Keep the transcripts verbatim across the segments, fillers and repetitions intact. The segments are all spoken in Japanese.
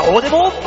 こうでもガー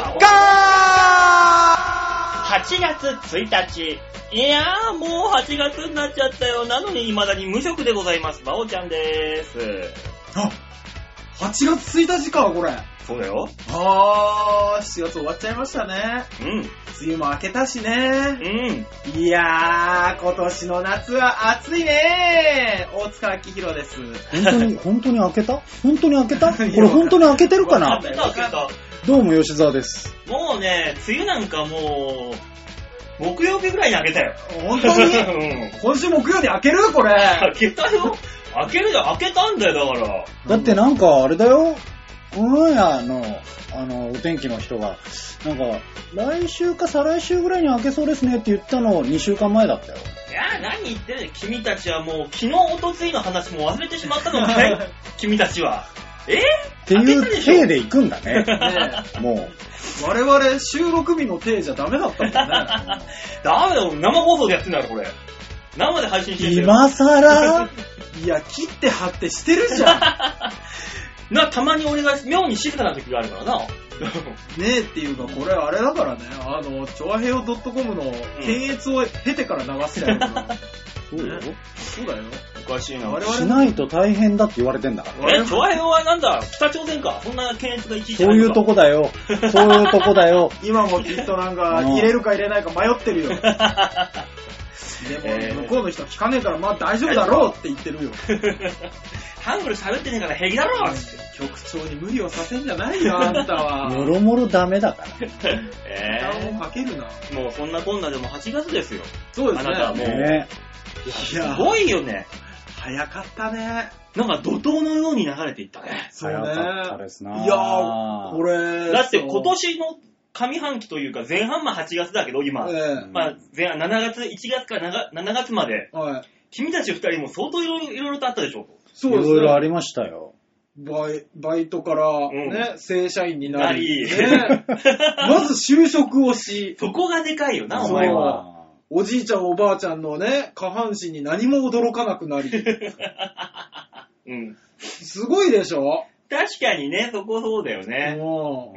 !はちがつついたち。いやー、もうはちがつになっちゃったよ。なのに未だに無職でございます。バオちゃんでーす。 あ、はちがつついたちか、これ。 そうだよ。 あー、しちがつ終わっちゃいましたね。 うん。 梅雨も明けたしね。 うん。 いやー、今年の夏は暑いねー。大塚明宏です。 本当に、本当に開けた本当に開けたこれ本当に開けてるかな開けた開けた。 どうも吉沢です。 もうね、梅雨なんかもう、木曜日ぐらいに開けたよ。 本当に、 うん、 今週木曜日開けるこれ。 開けたよ。開けるよ。開けたんだよ、だから。 だってなんかあれだよ。この夜の、あの、お天気の人が、なんか、来週か再来週ぐらいに開けそうですねって言ったのにしゅうかんまえだったよ。 いやー、何言ってるの君たちはもう、昨日、おとついの話も忘れてしまったのかい君たちは。えっていう体で行くんだね。 ねもう。 我々収録日の体じゃダメだったもんね。 ダメだよ、生放送でやってんだから、これ。生で配信してるよ。 今更いや、切って貼ってしてるじゃん。 な、たまに俺が妙に静かな時があるからな。 ねえっていうか、これあれだからね、あの、チョアヘヨ .com の検閲を経てから流してやるから。 そうよ。 そうだよ。 おかしいな。 我々 しないと大変だって言われてんだから。 え、チョアヘヨはなんだ北朝鮮か。そんな検閲がいちいちそういうとこだよ。そういうとこだよ。 今もきっとなんか、入れるか入れないか迷ってるよ。でも、 えー、 向こうの人は聞かねえから、まあ大丈夫だろうって言ってるよ。 ハングル喋ってねえから平気だろって。 局長に無理をさせんじゃないよ、あんたは。 もろもろダメだから。 え負担をかけるな。 もうそんなこんなでもはちがつですよ。 そうですね。 あなたはもう。 ね、 いや、すごいよね。 早かったね。 なんか怒涛のように流れていったね。 そうね。 早かったですな。 いやー、これ。 だって今年の上半期というか前半ははちがつだけど今、えー、まあ前半しちがついちがつからしちがつまで、はい、君たちふたりも相当いろいろいろいろとあったでしょ。 そうですね。 いろいろありましたよ。 バイ、バイトからね、うん、正社員になり、 なりね、まず就職をし、 そこがでかいよなお前は。 おじいちゃんおばあちゃんのね下半身に何も驚かなくなり、 うん、 すごいでしょ。 確かにね、そこそうだよね。 うん。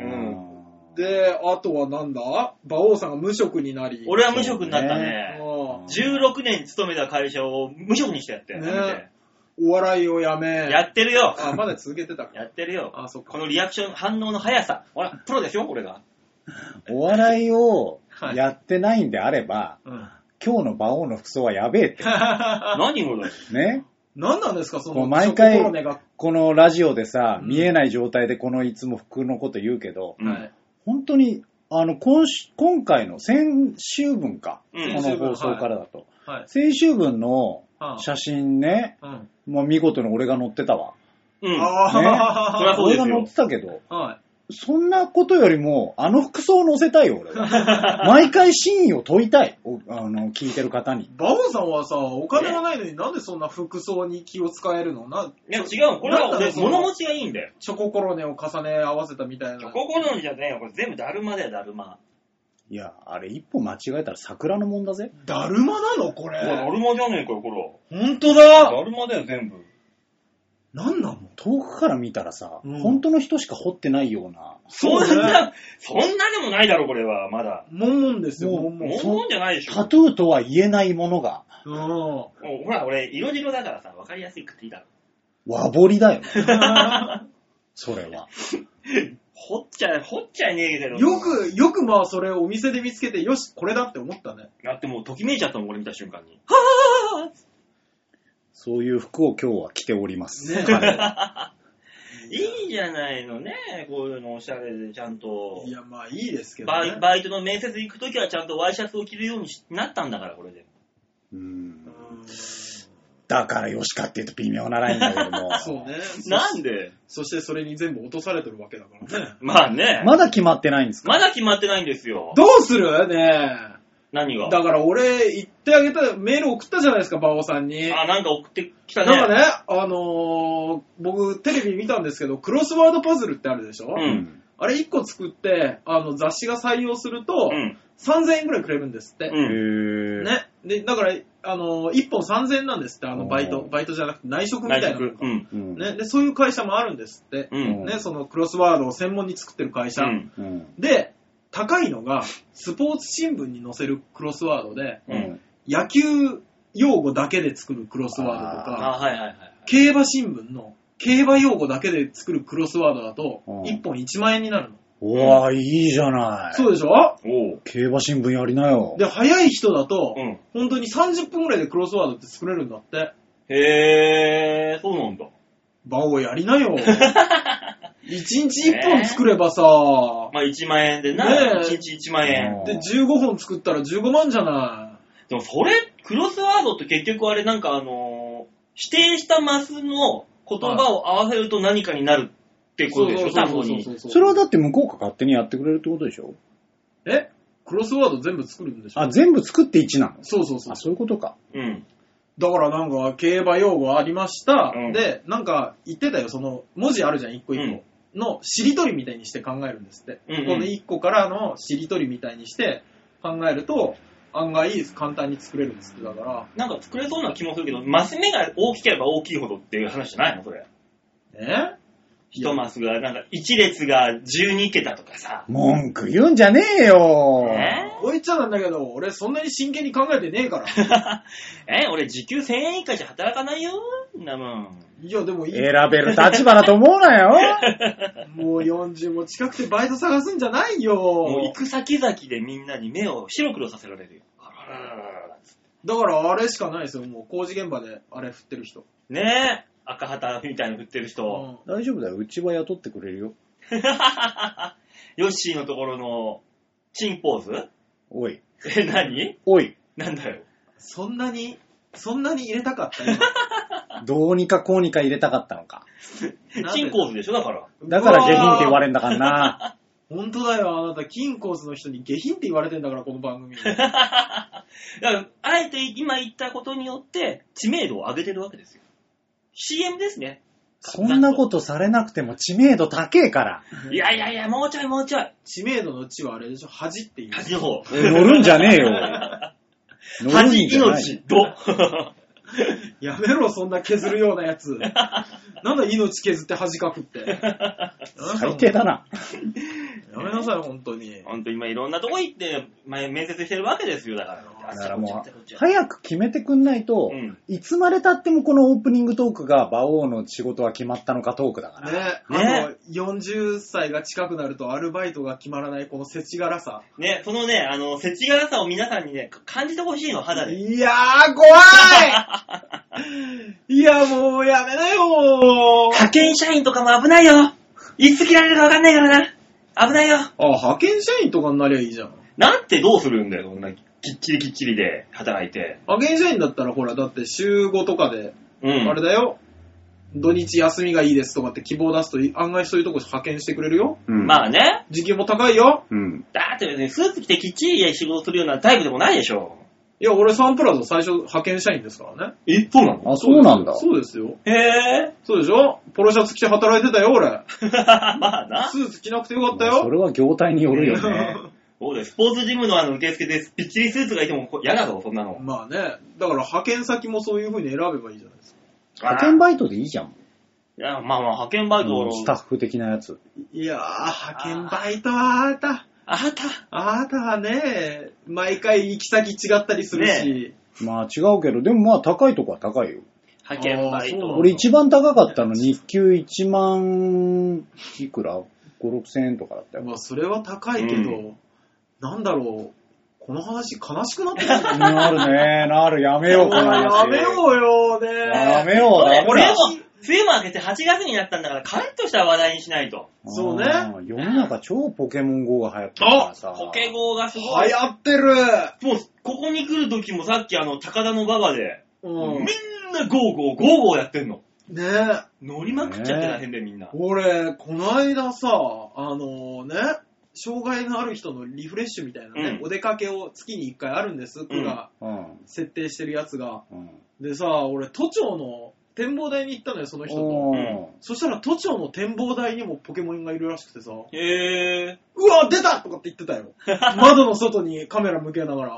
で、あとはなんだ？馬王さんが無職になり。 俺は無職になったね。じゅうろくねん勤めた会社を無職にしてやって。ね、 お笑いをやめ。 やってるよ。 あ、まだ続けてたか。 やってるよ。 あ、そっか。 このリアクション、反応の速さ。ほら、プロですよ、俺が。 お笑いをやってないんであれば、はい、うん、今日の馬王の服装はやべえって。 何これね。 何なんですかその毎回このラジオでさ、うん、見えない状態でこのいつも服のこと言うけど、うん、本当にあの 今, 今回の先週分か、うん、この放送からだと、はいはい、先週分の写真ね、うん、もう見事に俺が載ってたわ、 うんね、 あ俺が載ってたけど、はい、そんなことよりもあの服装を載せたいよ俺は毎回真意を問いたいあの聞いてる方に。 バオさんはさお金がないのになんでそんな服装に気を使えるのな。 いや違うこれは物持ちがいいんだよ。 チョココロネを重ね合わせたみたいな。 チョココロネじゃねえよこれ全部だるまだよだるま。 いやあれ一歩間違えたら桜のもんだぜ。 だるまなのこれ。 だるまじゃねえかよこれ。 ほんとだ。 だるまだよ全部。 なんなの遠くから見たらさ、うん、本当の人しか彫ってないような。 そんな、そんなでもないだろ、これは、まだ。 もんもんですよ、 もんもん。もんもんじゃないでしょ。 タトゥーとは言えないものが。 うん。ほら、俺、色白だからさ、わかりやすいくていいだろ。 和彫りだよ。それは。 掘っちゃ、掘っちゃいねえけど。 よく、よくまあ、それをお店で見つけて、よし、これだって思ったね。 だってもう、ときめいちゃったもん、俺見た瞬間に。 はぁーそういう服を今日は着ております。 ね、 いいじゃないのね、こういうのおしゃれでちゃんと。 いや、まあいいですけど、 ね、バイ。バイトの面接行くときはちゃんとワイシャツを着るようになったんだから、これで。 うーん。だからよしかって言うと微妙なラインだけども。 そうね。 なんでそしてそれに全部落とされてるわけだからね。 まあね。 まだ決まってないんですか？ まだ決まってないんですよ。 どうするねえ。 何が？ だから俺言ってあげた、メール送ったじゃないですか、馬王さんに。 あ、なんか送ってきたね。 なんかね、あのー、僕テレビ見たんですけど、クロスワードパズルってあるでしょ？うん。あれいっこ作って、あの雑誌が採用すると、うん、さんぜんえんくらいくれるんですって。うん。ね。 で、だから、あの、いっぽんさんぜんえんなんですって、あの、バイト、バイトじゃなくて内職みたいなのが、うんね。で、そういう会社もあるんですって。うん、ね、そのクロスワードを専門に作ってる会社。うん、で、高いのが、スポーツ新聞に載せるクロスワードで、うん、野球用語だけで作るクロスワードとか、はいはいはい、競馬新聞の競馬用語だけで作るクロスワードだと、いっぽんいちまんえんになるの。 うわぁ、いいじゃない。 そうでしょ？ お競馬新聞やりなよ。 で、早い人だと、うん、本当にさんじゅっぷんぐらいでクロスワードって作れるんだって。 へー、そうなんだ。 バオやりなよ。いちにちいっぽん作ればさ、 まあいちまんえんでな、ね、いちにちいちまんえん。 で、じゅうごほん作ったらじゅうごまんじゃない。 でもそれ、クロスワードって結局あれなんかあのー、指定したマスの言葉を合わせると何かになるってことでしょ、多分に。 それはだって向こうが勝手にやってくれるってことでしょ？ え？クロスワード全部作るんでしょ？ あ、全部作っていちなの？ そうそうそう。 あ、そういうことか。 うん。だからなんか、競馬用語ありました。うん、で、なんか言ってたよ、その、文字あるじゃん、一個一個。うん、の、しりとりみたいにして考えるんですって。うんうん、この一個からのしりとりみたいにして考えると、案外簡単に作れるんですって。だから。 なんか作れそうな気もするけど、マス目が大きければ大きいほどっていう話じゃないのそれ。 え一マスが、なんか一列がじゅうにけたとかさ。 文句言うんじゃねえよ。 えこう言っちゃなんだけど、俺そんなに真剣に考えてねえから。 え俺時給せんえん以下じゃ働かないよ。なもん。 いやでもいい。 選べる立場だと思うなよ。 もうよんじゅうも近くてバイト探すんじゃないよ。 もう行く先々でみんなに目を白黒させられるよ。 だからあれしかないですよ。もう工事現場であれ振ってる人。 ねえ。赤旗みたいなの振ってる人、 うん。大丈夫だよ。うちは雇ってくれるよ。 ヨッシーのところのチンポーズ？ おい。 え、何？ おい。 なんだよ。 そんなに、そんなに入れたかった今。 どうにかこうにか入れたかったのか。 チンコーズでしょだから。 だから下品って言われんだからな。 本当だよ、あなた、キンコーズの人に下品って言われてんだから、この番組。だからあえて今言ったことによって、知名度を上げてるわけですよ。シーエム ですね。 そんなことされなくても知名度高えから。 いやいやいや、もうちょいもうちょい。 知名度の知はあれでしょ、恥っていう。 恥の方。 乗るんじゃねえよ。 恥、命、度。 やめろ、そんな削るようなやつ。なんだ命削って恥かくって。 最低だな。 やめなさい、本当に。 本当に今いろんなとこ行って、面接してるわけですよ、だから。 だからもう、早く決めてくんないと、うん、いつまで経ってもこのオープニングトークが馬王の仕事は決まったのかトークだから。 ね。ね。あの、よんじゅっさいが近くなるとアルバイトが決まらないこの世知辛さ。 ね、そのね、あの、世知辛さを皆さんにね、感じてほしいの、肌で。 いやー、怖いいや、もうやめなよー。 派遣社員とかも危ないよ。いつ切られるかわかんないからな。危ないよ。 あ、派遣社員とかになりゃいいじゃん。 なんてどうするんだよ、そんなきっちりきっちりで働いて。 派遣社員だったらほら、だって週ごとかで、うん、あれだよ。土日休みがいいですとかって希望出すと案外そういうとこ派遣してくれるよ。 うん、まあね。 時給も高いよ。 うん。だってね、スーツ着てきっちり仕事するようなタイプでもないでしょ。 いや、俺サンプラザ最初派遣社員ですからね。 え、そうなの？ あ、そうなんだ。 そうですよ。 へえ。 そうでしょ？ポロシャツ着て働いてたよ、俺。 まあな。 スーツ着なくてよかったよ。 まあ、それは業態によるよね。 そうです。スポーツジムのあの受付でぴっちりスーツがいても嫌だぞ、そんなの。 まあね。だから派遣先もそういう風に選べばいいじゃないですか。 派遣バイトでいいじゃん。 いや、まあまあ派遣バイト、 うん、スタッフ的なやつ。 いやー、派遣バイトはあった。 あった。 あったはね、毎回行き先違ったりするし。 ね、まあ違うけど、でもまあ高いとこは高いよ。 派遣バイト。 俺一番高かったの日給いちまんいくら ?ご、ろくせんえんとかだったよ。 まあそれは高いけど、うん、なんだろう。この話悲しくなってくる。 なるね、なる。やめよう、この話。 やめようよ、ね。 やめよう、ね。 俺も、梅雨も明けてはちがつになったんだから、カラッとした話題にしないと。 そうね。 世の中超ポケモン ゴー が流行ってるからさ。 ポケゴーがすごい。 流行ってる。 もう、ここに来る時もさっきあの、高田の馬場で、うん、みんなゴーゴー、ゴーゴーやってんの。 ねえ。 乗りまくっちゃって大変でみんな。 俺、この間さ、あのね、障害のある人のリフレッシュみたいなね、うん、お出かけを月にいっかいあるんです、区が、うん、設定してるやつが、うん。でさ、俺、都庁の展望台に行ったのよ、その人と。うん、そしたら都庁の展望台にもポケモンがいるらしくてさ、 へー。 うわ、出たとかって言ってたよ。窓の外にカメラ向けながら。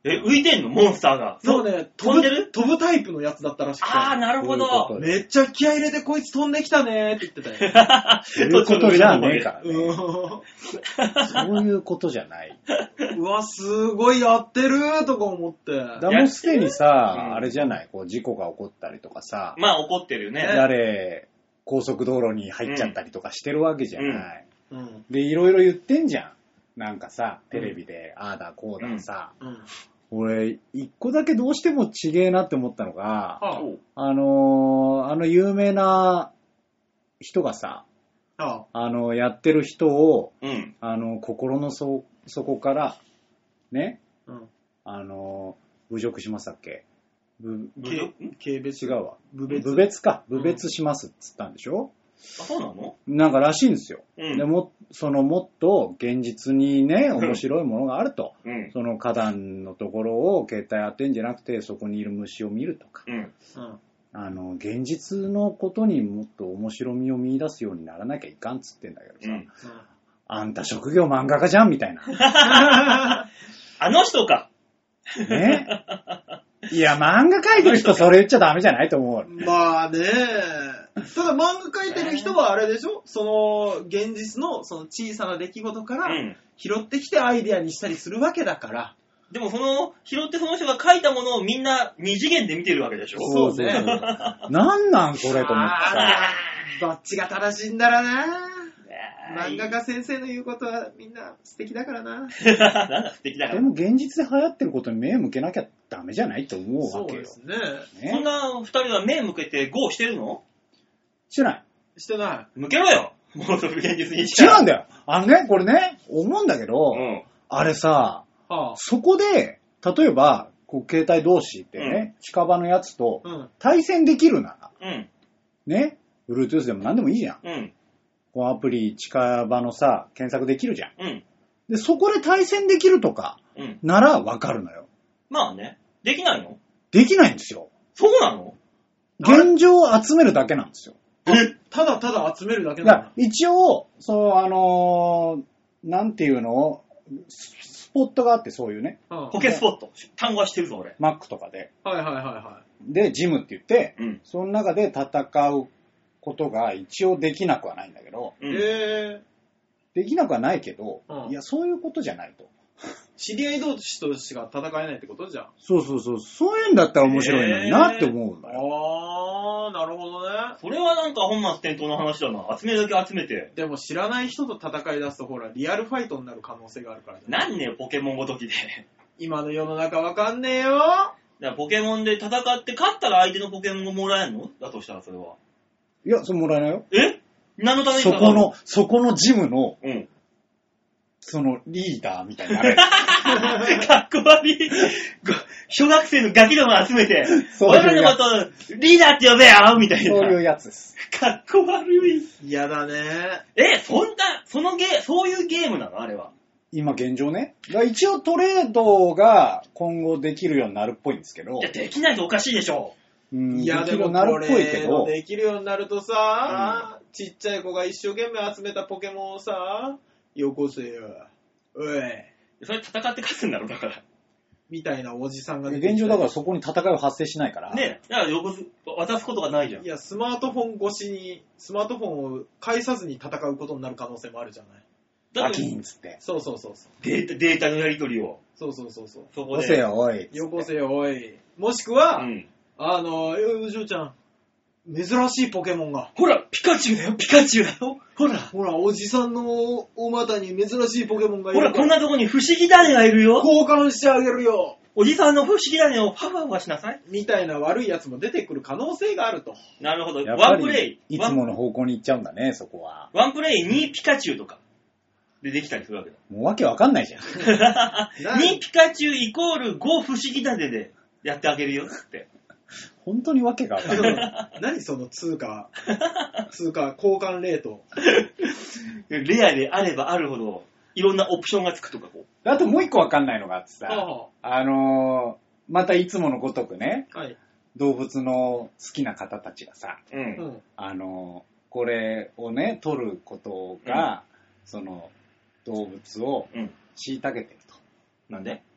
え、浮いてんのモンスターが。 そうね、飛んでる飛ぶタイプのやつだったらしくて。 あー、なるほど。 めっちゃ気合い入れてこいつ飛んできたねーって言ってたよ。そういうことじゃねえからね。そういうことじゃない。 うわ、すごいやってるーとか思って。 だもうすでにさ、あれじゃない、こう事故が起こったりとかさ。 まあ起こってるよね。 誰、高速道路に入っちゃったりとかしてるわけじゃない。 うんうん、 で、いろいろ言ってんじゃん。なんかさ、テレビで、ああだこうださ。うんうん、俺、一個だけどうしてもちげえなって思ったのが、はあ、あのー、あの有名な人がさ、はあ、あの、やってる人を、うん、あの、心の底から、ね、うん、あの、侮辱しますだっけ？ぶ、 軽蔑違うわ。部別部別か。部別しますっつったんでしょ？ あ、そうなの？ なんからしいんですよ。うん、でも、そのもっと現実にね、面白いものがあると。うん、その花壇のところを携帯当てんじゃなくて、そこにいる虫を見るとか。うん、あの、現実のことにもっと面白みを見出すようにならなきゃいかんっつってんだけどさ。うん、あんた職業漫画家じゃんみたいな。 あの人か。 ね。いや、漫画描いてる人それ言っちゃダメじゃないと思う。 まあね。ただ漫画描いてる人はあれでしょ、その現実のその小さな出来事から拾ってきてアイデアにしたりするわけだから。 でもその拾ってその人が描いたものをみんな二次元で見てるわけでしょ。 そうね。 なんなんそれと思ってさ。 どっちが正しいんだろうな。漫画家先生の言うことはみんな素敵だからな。なんだ素敵だから。 でも現実で流行ってることに目向けなきゃダメじゃないと思うわけよ。 そうですね。 ね、そんな二人は目向けてゴーしてるの？ してない。 してない。 向けろよ。もうそれ現実に違うんだよ。あのね、これね、思うんだけど、うん、あれさ、はあ、そこで、例えば、こう携帯同士ってね、うん、近場のやつと対戦できるなら、うん、ね、Bluetooth でも何でもいいじゃん。うん、こうアプリ近場のさ、検索できるじゃん。うん、で、そこで対戦できるとか、うん、ならわかるのよ。 まあね。できないの？ できないんですよ。 そうなの？ 現状を集めるだけなんですよ。 え？ただただ集めるだけなの？ 一応、そう、あのー、なんていうの？スポットがあってそういうね。 ポケスポット。単語はしてるぞ、俺。 Mac とかで。 はいはいはいはい。 で、ジムって言って、うん、その中で戦うことが一応できなくはないんだけど、うん、できなくはないけど、うん、いや、そういうことじゃないと。 知り合い同士としか戦えないってことじゃん。 そうそうそう。そういうんだったら面白いのになって思うんだよ。 あー、なるほどね。 それはなんか本末転倒の話だな。集めるだけ集めて。 でも知らない人と戦い出すとほら、リアルファイトになる可能性があるからね。 なんねよ、ポケモンごときで。 今の世の中わかんねえよ。 だからポケモンで戦って勝ったら相手のポケモンがもらえるの？だとしたらそれは。 いや、それもらえないよ。 え？何のためにそこの、そこのジムの、うん。そのリーダーみたいなあれ。 かっこ悪い。小学生のガキども集めて、俺らのことリーダーって呼べよみたいな。 そういうやつです。 かっこ悪い。 嫌だね。 え、そんな、そのゲー、そういうゲームなのあれは。 今現状ね。一応トレードが今後できるようになるっぽいんですけど。 いや、できないとおかしいでしょ。 うん、いや、でもトレードできるようになるとさ、うん、ちっちゃい子が一生懸命集めたポケモンをさ、よこせよ。おい。 それ戦って勝つんだろ、だから。 みたいなおじさんが出てきた。現状だからそこに戦いは発生しないから。 ねえ、だからよこす、渡すことがないじゃん。 いや、スマートフォン越しに、スマートフォンを返さずに戦うことになる可能性もあるじゃない。 バキーンつって。 そうそうそうそう。 データ、データのやり取りを。 そうそうそうそう。 そこで。 よこせよ、おい。 よこせよ、おい。もしくは、うん、あの、お嬢ちゃん。珍しいポケモンが。 ほら、ピカチュウだよ、ピカチュウだよ。ほら。 ほら、おじさんのお股に珍しいポケモンがいる。 ほら、こんなとこに不思議種がいるよ。 交換してあげるよ。 おじさんの不思議種をファファファしなさい。 みたいな悪いやつも出てくる可能性があると。 なるほど。 ワンプレイ。いつもの方向に行っちゃうんだね、そこは。 ワンプレイにピカチュウとか。でできたりするわけだ。 もうわけわかんないじゃん。 にピカチュウイコールご不思議種でやってあげるよって。 本当にわけがわかんない。 何その通貨、通貨交換レート。 レアであればあるほど、いろんなオプションがつくとかこう。あともう一個わかんないのがあってさ、あ, あのー、またいつものごとくね、はい、動物の好きな方たちがさ、うん、あのー、これをね、取ることが、うん、その動物を虐げてると。 なんで？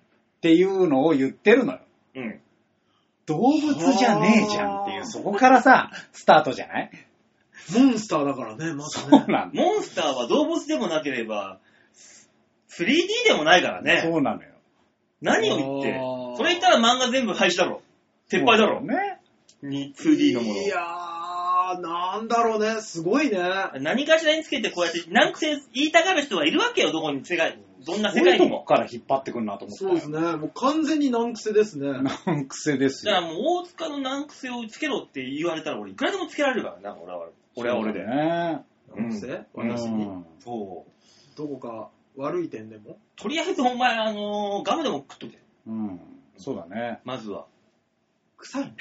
っていうのを言ってるのよ。うん。動物じゃねえじゃんっていう、そこからさ、スタートじゃない？ モンスターだからね、まずね。 そうなんだ。モンスターは動物でもなければ、スリーディー でもないからね。 そうなのよ。 何を言って。それ言ったら漫画全部廃止だろ。撤廃だろ。ね。ツーディー のもの。 いやー、なんだろうね、すごいね。 何かしらにつけてこうやって難癖言いたがる人はいるわけよ、どこに世界、どんな世界にも。 こから引っ張ってくるなと思って。 そうですね、もう完全に難癖ですね。 難癖ですよ。だからもう大塚の難癖をつけろって言われたら俺いくらでもつけられるからな、俺は。俺は俺で。 ね。難癖、うん、私に、うん。 そう。 どこか悪い点でもとりあえずお前、あのー、ガムでも食っとけ。 うん。そうだね。 まずは。 臭いい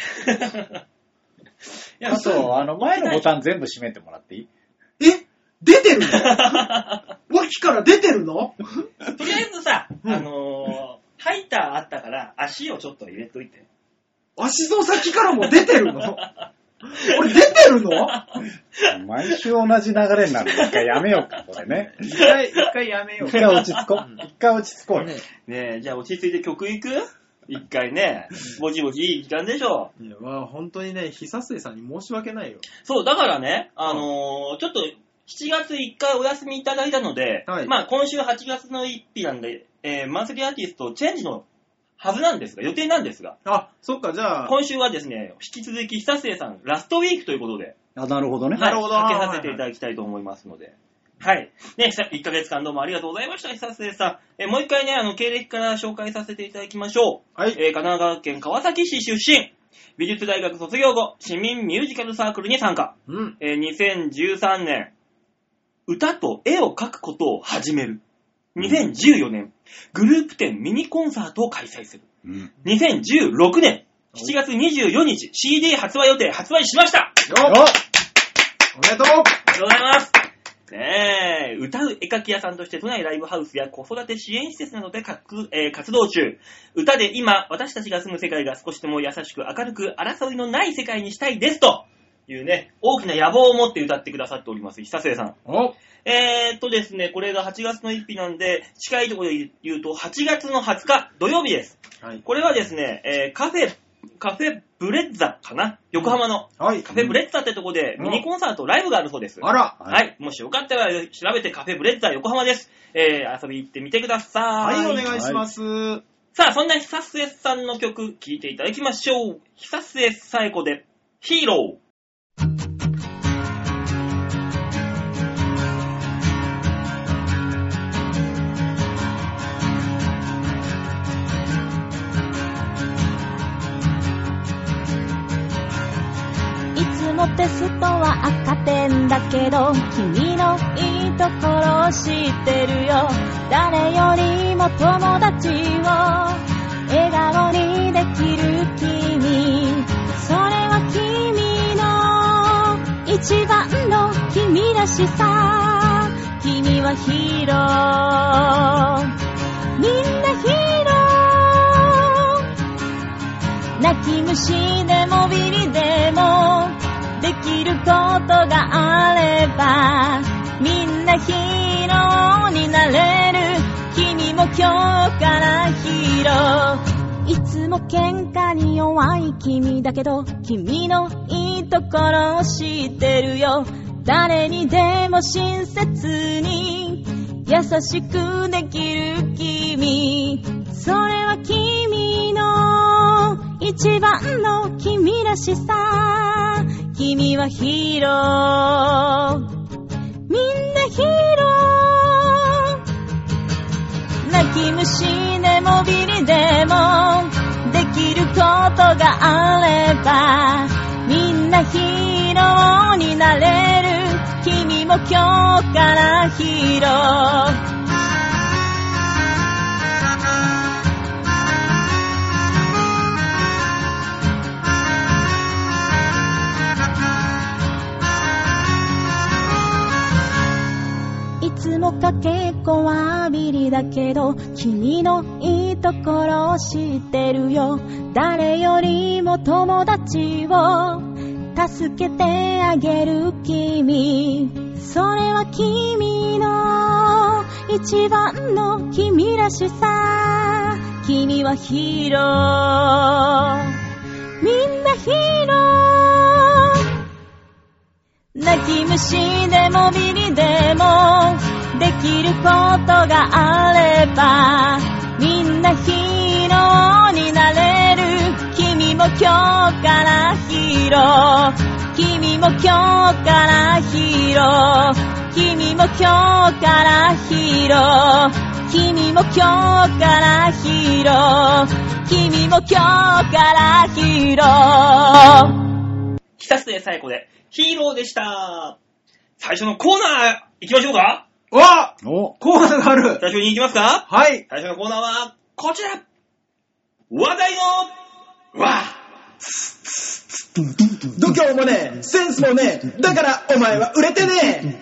やあと、あの、前のボタン全部閉めてもらっていい？ え？出てるの？脇から出てるの？ とりあえずさ、うん、あのー、ハイターあったから足をちょっと入れといて。 足の先からも出てるの？俺出てるの？ 毎週同じ流れになる。一回やめようか、これね。 一回、一回やめよう。 一回落ち着こう。一回落ち着こう。 ねえ、じゃあ落ち着いて曲いく？一回ね、ぼちぼちいい時間でしょ。 いや、まあ本当にね、久末さんに申し訳ないよ。 そう、だからね、あのー、ちょっとしちがついっかいお休みいただいたので、はい、まあ今週はちがつのいっぴなんで、えー、マンスリーアーティストチェンジのはずなんですが、予定なんですが。 あ、そっか、じゃあ。 今週はですね、引き続き久末さんラストウィークということで。 あ、なるほどね。 はい、なるほど。かけさせていただきたいと思いますので。はい。ね、いっかげつかんどうもありがとうございました、久末さん。え、もう一回ね、あの、経歴から紹介させていただきましょう。はい。えー、神奈川県川崎市出身。美術大学卒業後、市民ミュージカルサークルに参加。うん。えー、にせんじゅうさんねん、歌と絵を描くことを始める。にせんじゅうよねん、グループ展ミニコンサートを開催する。うん。にせんじゅうろくねん、しちがつにじゅうよっか シーディー 発売予定、発売しました。 よっおめでとう。 ありがとうございます。ねえ、歌う絵描き屋さんとして都内ライブハウスや子育て支援施設などで活、えー、活動中。歌で今、私たちが住む世界が少しでも優しく明るく争いのない世界にしたいですというね、大きな野望を持って歌ってくださっております、久末さん。おえーっとですね、これがはちがつのいっぴなんで、近いところで言うとはちがつのはつか土曜日です。はい、これはですね、えー、カフェ、カフェブレッザかな横浜の、うんはい、カフェブレッザってとこでミニコンサート、ライブがあるそうです。 あらはい。もしよかったら調べてカフェブレッザ横浜です。えー、遊び行ってみてください。 はい、お願いします。はい、 さあ、そんな久末さんの曲、聴いていただきましょう。久末さえ子で、ヒーロー。 テストは赤点だけど君のいいところを知ってるよ。誰よりも友達を笑顔にできる君、それは君の一番の君らしさ。君はヒーロー、みんなヒーロー。泣き虫でもビリでもできることがあればみんなヒーローになれる。君も今日からヒーロー。いつも喧嘩に弱い君だけど君のいいところを知ってるよ。誰にでも親切に優しくできる君、それは君の一番の君らしさ。君はヒーロー、みんなヒーロー。泣き虫でもビリでもできることがあればみんなヒーローになれる。君も今日からヒーロー。いつもかけっこはビリだけど君のいいところを知ってるよ。誰よりも友達を助けてあげる君、それは君の一番の君らしさ。 君はヒーロー、みんなヒーロー。泣き虫でもビリでもできることがあればみんなヒーローになれる。君も今日からヒーロー、君も今日からヒーロー、君も今日からヒーロー、君も今日からヒーロー、君も今日からヒーロー。 久末さえ子でヒーローでした。最初のコーナー行きましょうか。 わおコーナーがある。 最初に行きますか。 はい。 最初のコーナーはこちら。話題のわ度胸もねえ、センスもねえ、だからお前は売れてねえ。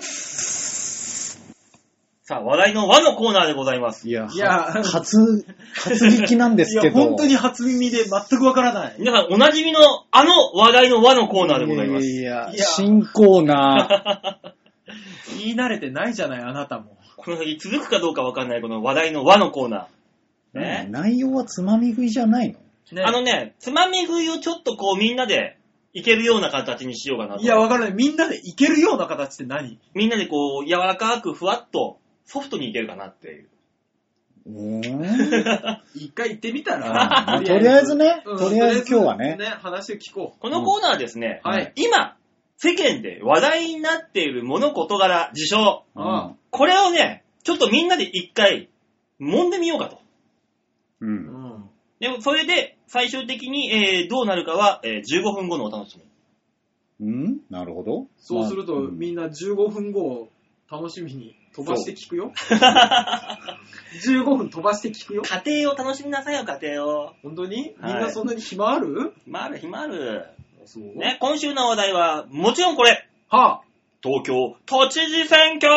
さあ、話題の和のコーナーでございます。 いや、いや初、初聞きなんですけど。 いや、本当に初耳で全くわからない。 皆さん、おなじみのあの話題の和のコーナーでございます。 いやいや、新コーナー。 言い慣れてないじゃない、あなたも。 この先続くかどうかわかんないこの話題の和のコーナー。 ね、内容はつまみ食いじゃないの？ ね、あのね、つまみ食いをちょっとこうみんなでいけるような形にしようかなと。 いや、わからない。みんなでいけるような形って何？ みんなでこう、柔らかくふわっとソフトにいけるかなっていう。 うーん一回行ってみたら、 まあ、とりあえずね、うん、とりあえず今日はね、 ね話を聞こう。 このコーナーはですね、 うん、はい、 今、世間で話題になっている物事柄、事象、うん、これをね、ちょっとみんなで一回、揉んでみようかと。 うん。 でも、それで、最終的に、えー、どうなるかは、えー、じゅうごふんごのお楽しみ。うん、なるほど。 そうすると、まあ、みんなじゅうごふんごを楽しみに飛ばして聞くよ。じゅうごふん飛ばして聞くよ。 家庭を楽しみなさいよ、家庭を。 本当に、はい、みんなそんなに暇ある？ 暇ある、暇ある。そうね、今週の話題は、もちろんこれ。 はあ、 東京都知事選挙。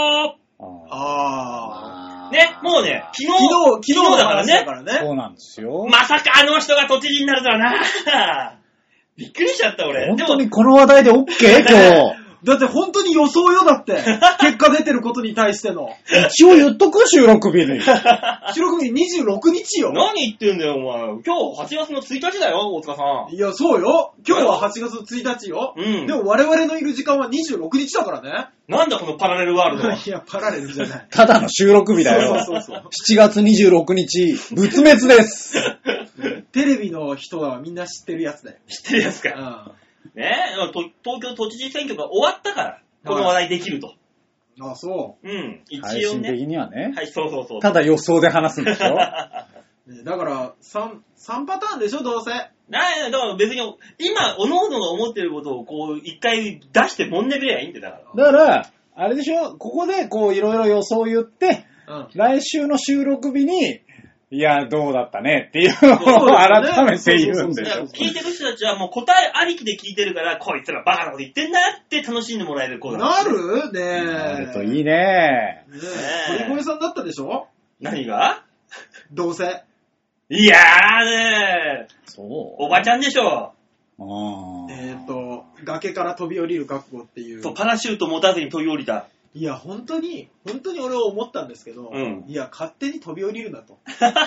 ああ。 ね、もうね、昨日、 昨日、昨日だからね。 からねそうなんですよ。 まさかあの人が都知事になるとはな。びっくりしちゃった俺。 本当にこの話題で OK？ 今日。 だって本当に予想よ、だって。結果出てることに対しての。 一応言っとく収録日に。 収録日にじゅうろくにちよ。 何言ってんだよ、お前。今日はちがつのついたちだよ、大塚さん。 いや、そうよ。今日ははちがつついたちよ。 うん。 でも我々のいる時間はにじゅうろくにちだからね。 なんだこのパラレルワールドは。 いや、パラレルじゃない。 ただの収録日だよ。 そうそうそう。 しちがつにじゅうろくにち、仏滅です。 テレビの人はみんな知ってるやつだよ。 知ってるやつか。うん。ねえ、東京都知事選挙が終わったから。この話題できると。 ああ、そう。 うん。一応ね。 配信的にはね。 はい、そうそうそう。 ただ予想で話すんでしょね、だから、3、3パターンでしょ、どうせ。 ないだから別に、今、各々が思ってることをこう、一回出してもんでくればいいんだよ、 だから。だから、あれでしょ、ここでこう、いろいろ予想を言って、うん、来週の収録日に、いや、どうだったねっていうのを改めて言うんでしょ。 聞いてる人たちはもう答えありきで聞いてるから、こいつらバカなこと言ってんだって楽しんでもらえるコーナー。 なるねえ。 なるといいね。 ねえ。鳥越さんだったでしょ？ 何が？ どうせ。 いやーねー。 そう。 おばちゃんでしょ。 あえっと、崖から飛び降りる覚悟っていう。 そう、パラシュート持たずに飛び降りた。 いや、本当に、本当に俺は思ったんですけど、 うん、 いや、勝手に飛び降りるなと。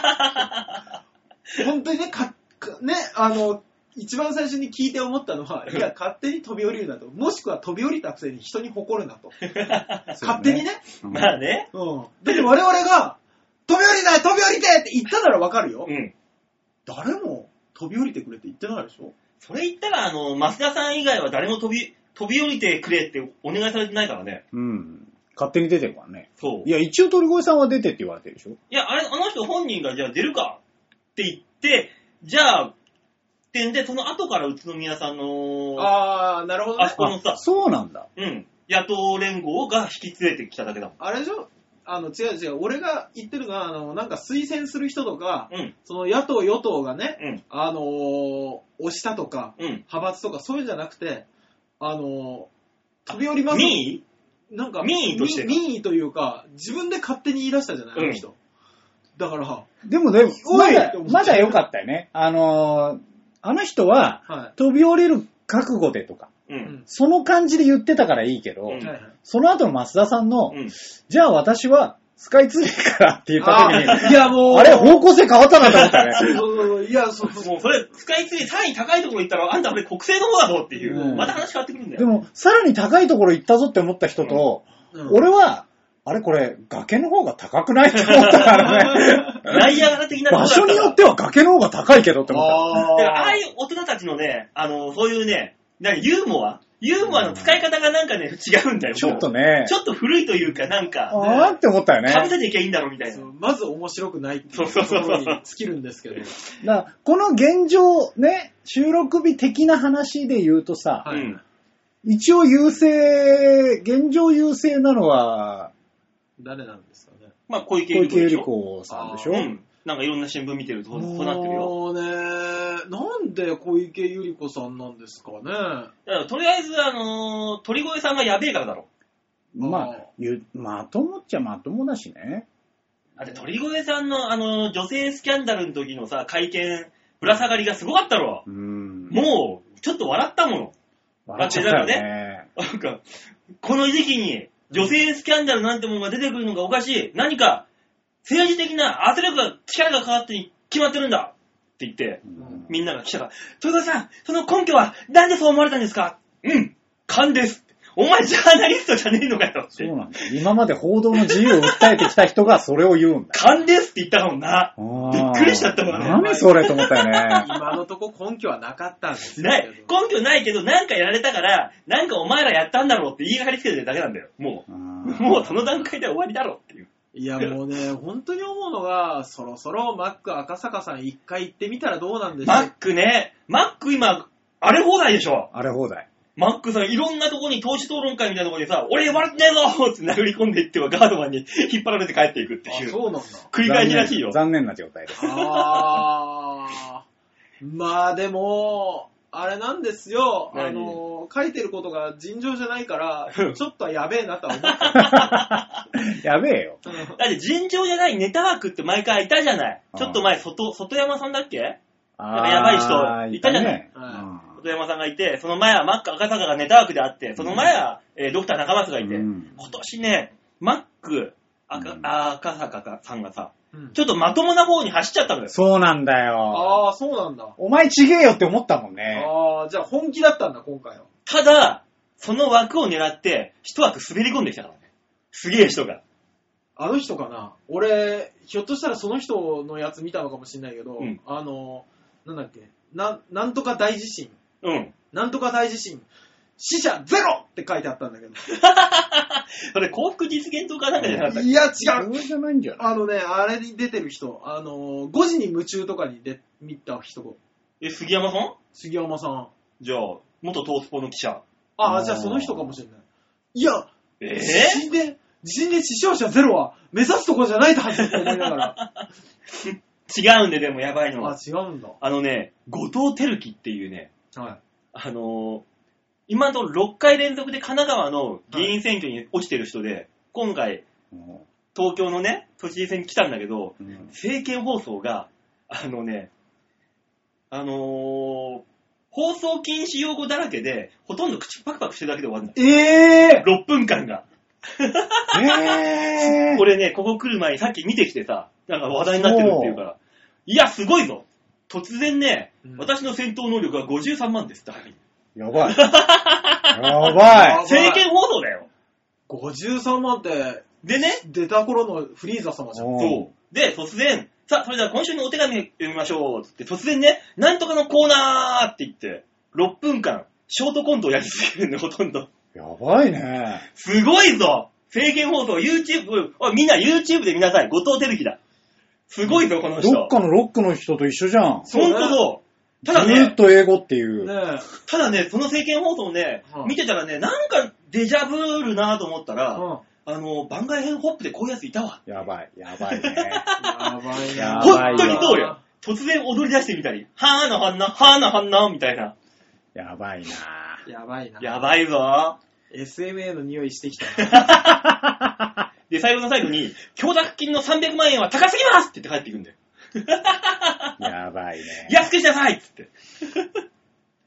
本当にね、か、ね、あの、一番最初に聞いて思ったのは、いや、勝手に飛び降りるなと。もしくは飛び降りたくせに人に誇るなと。勝手にね。 まあね。 うん。だって我々が、飛び降りない飛び降りてって言ったならわかるよ。 うん。 誰も飛び降りてくれって言ってないでしょ？ それ言ったら、あの、増田さん以外は誰も飛び、飛び降りてくれってお願いされてないからね。 うん。勝手に出てるからね。 そう。 いや、一応鳥越さんは出てって言われてるでしょ？ いや、あれ、あの人本人がじゃあ出るかって言って、じゃあ、ってんで、その後から宇都宮さんの、 あー、なるほどね。 あそこのさ、 そうなんだ。 うん。野党連合が引き連れてきただけだもん。 あれでしょ？あの、違う違う。俺が言ってるのは、あの、なんか推薦する人とか、 うん、 その野党与党がね、 うん、 あのー、押したとか、 うん、 派閥とかそういうんじゃなくて、あのー、飛び降ります。 民意なんか、 民意として民意というか、自分で勝手に言い出したじゃない、あの人。うん、だから、 でもね、まだ、まだ良かったよね。あのー、あの人は、はい、飛び降りる覚悟でとか、 うん、 その感じで言ってたからいいけど、 うん、 その後の増田さんの、 うん、 じゃあ私はスカイツリーからって言った時に、 いやもう、 あれ方向性変わったなと思ったね。 そうそうそう。いや、そうそう。 もうそれ、スカイツリーさらに高いところ行ったら、あんたあれ国政の方だぞっていう、うん、また話変わってくるんだよ。 でも、さらに高いところ行ったぞって思った人と、うんうん、俺は、あれこれ、崖の方が高くないって思ったからね。 ナイアガラ的な場所によっては崖の方が高いけどって思った。 あ, だからああいう大人たちのね、あの、そういうね、何、ユーモアユーモアの使い方がなんかね、違うんだよ。 ちょっとね。 ちょっと古いというか、なんか。 あーって思ったよね。 かぶせていけばいいんだろうみたいな。 まず面白くないっていうところに尽きるんですけど。だからこの現状、ね、収録日的な話で言うとさ、はい、一応優勢、現状優勢なのは、 誰なんですかね。 まあ、小池百合子さんでしょ。うん。 なんかいろんな新聞見てると、そうなってるよ。 もうね、なんで小池百合子さんなんですかね。 いやとりあえず、あのー、鳥越さんがやべえからだろ。 まあ、ゆまともっちゃまともだしね。 だって鳥越さんの、あのー、女性スキャンダルの時のさ、会見、ぶら下がりがすごかったろ。うん。もう、ちょっと笑ったもの。 笑っちゃったよね。 なんか、この時期に、女性スキャンダルなんてものが出てくるのがおかしい。何か、政治的な圧力が、力がかかってに決まってるんだって言って、うん、みんなが来たから、鳥越さん、その根拠はなんでそう思われたんですか？うん、勘です。お前ジャーナリストじゃねえのかよって。 そうなんだ。今まで報道の自由を訴えてきた人がそれを言うんだ。 勘ですって言ったもんな。びっくりしちゃったもんね。 何それと思ったよね。 今のとこ根拠はなかったんですよ。ない。根拠ないけど、なんかやられたから、なんかお前らやったんだろうって言いがかりつけてるだけなんだよ。もう。もうその段階で終わりだろっていう。 いやもうね、本当に思うのが、そろそろマック赤坂さん一回行ってみたらどうなんでしょう。 マックね、マック今、荒れ放題でしょ。 荒れ放題。 マックさんいろんなとこに党首討論会みたいなとこにさ、俺笑ってねえぞって殴り込んでいってはガードマンに引っ張られて帰っていくっていう。 あ、そうなんだ。 繰り返しらしいよ。 残念な状態です。 あー。まあでも、あれなんですよ。あの、書いてることが尋常じゃないから、ちょっとはやべえなとは思った。 やべえよ。 だって尋常じゃないネタ枠って毎回いたじゃない。ちょっと前、外、外山さんだっけ？なんかやばい人いたじゃない。外山さんがいて、その前はマック赤坂がネタ枠であって、その前は、えー、ドクター中松がいて、うん、今年ね、マック赤、うん、赤坂さんがさ、うん、ちょっとまともな方に走っちゃったのよ。 そうなんだよ。 ああ、そうなんだ。 お前ちげえよって思ったもんね。 ああ、じゃあ本気だったんだ、今回は。 ただ、その枠を狙って、一枠滑り込んできたからね。すげえ人が。 あの人かな？俺、ひょっとしたらその人のやつ見たのかもしれないけど、うん、あの、なんだっけ、な、なんとか大地震。 うん。 なんとか大地震。死者ゼロって書いてあったんだけど。 それ幸福実現とかなんかじゃなかったっけ？ いや、違う。 それじゃないんじゃない？ あのね、あれに出てる人、あの、ごじに夢中とかにで見た人。 え、杉山さん？ 杉山さん。 じゃあ、元トースポの記者。 ああ、じゃあその人かもしれない。いや、 えー、 地震で、地震で死傷者ゼロは目指すところじゃないはずって思いながら。 違うんで、でもやばいのは。 あ、違うんだ。 あのね、後藤輝樹っていうね、 はい。 あのー、今のろっかい連続で神奈川の議員選挙に落ちてる人で、はい、今回、東京のね、都知事選に来たんだけど、うん、政見放送が、あのね、あのー、放送禁止用語だらけで、ほとんど口パクパクしてるだけで終わるんだ。 えぇ、ー、 ろっぷんかんが。 えぇ、ー、 これね、ここ来る前にさっき見てきてさ、なんか話題になってるっていうから、いや、すごいぞ。突然ね、うん、私の戦闘能力はごじゅうさんまんですって入る。 やばい。やばい。 政見放送だよ。 ごじゅうさんまんって、 でね、 出た頃のフリーザ様じゃん。 そう。で、突然、さあ、それでは今週のお手紙読みましょう。つって、突然ね、なんとかのコーナーって言って、ろっぷんかん、ショートコントをやり続けるんだよ、ほとんど。 やばいね。 すごいぞ。政見放送、YouTube、おいみんな YouTube で見なさい。後藤輝樹だ。すごいぞ、この人。 どっかのロックの人と一緒じゃん。 ほんとそう。ただね、 ずーっと英語っていう。 ね、ただね、その政見放送ね、うん、見てたらね、なんかデジャブるなと思ったら、うん、あの、番外編ホップでこういうやついたわ。 やばい、やばいね。 やばいな。 ほんとにどうよ。突然踊り出してみたり、はーなはんな、はーなはんな、みたいな。 やばいな。 やばいな。 やばいぞ。 エスエムエー の匂いしてきたな。 で、最後の最後に、供託金のさんびゃくまんえんは高すぎますって言って帰っていくんだよ。 やばいね。 安くしなさいっつって。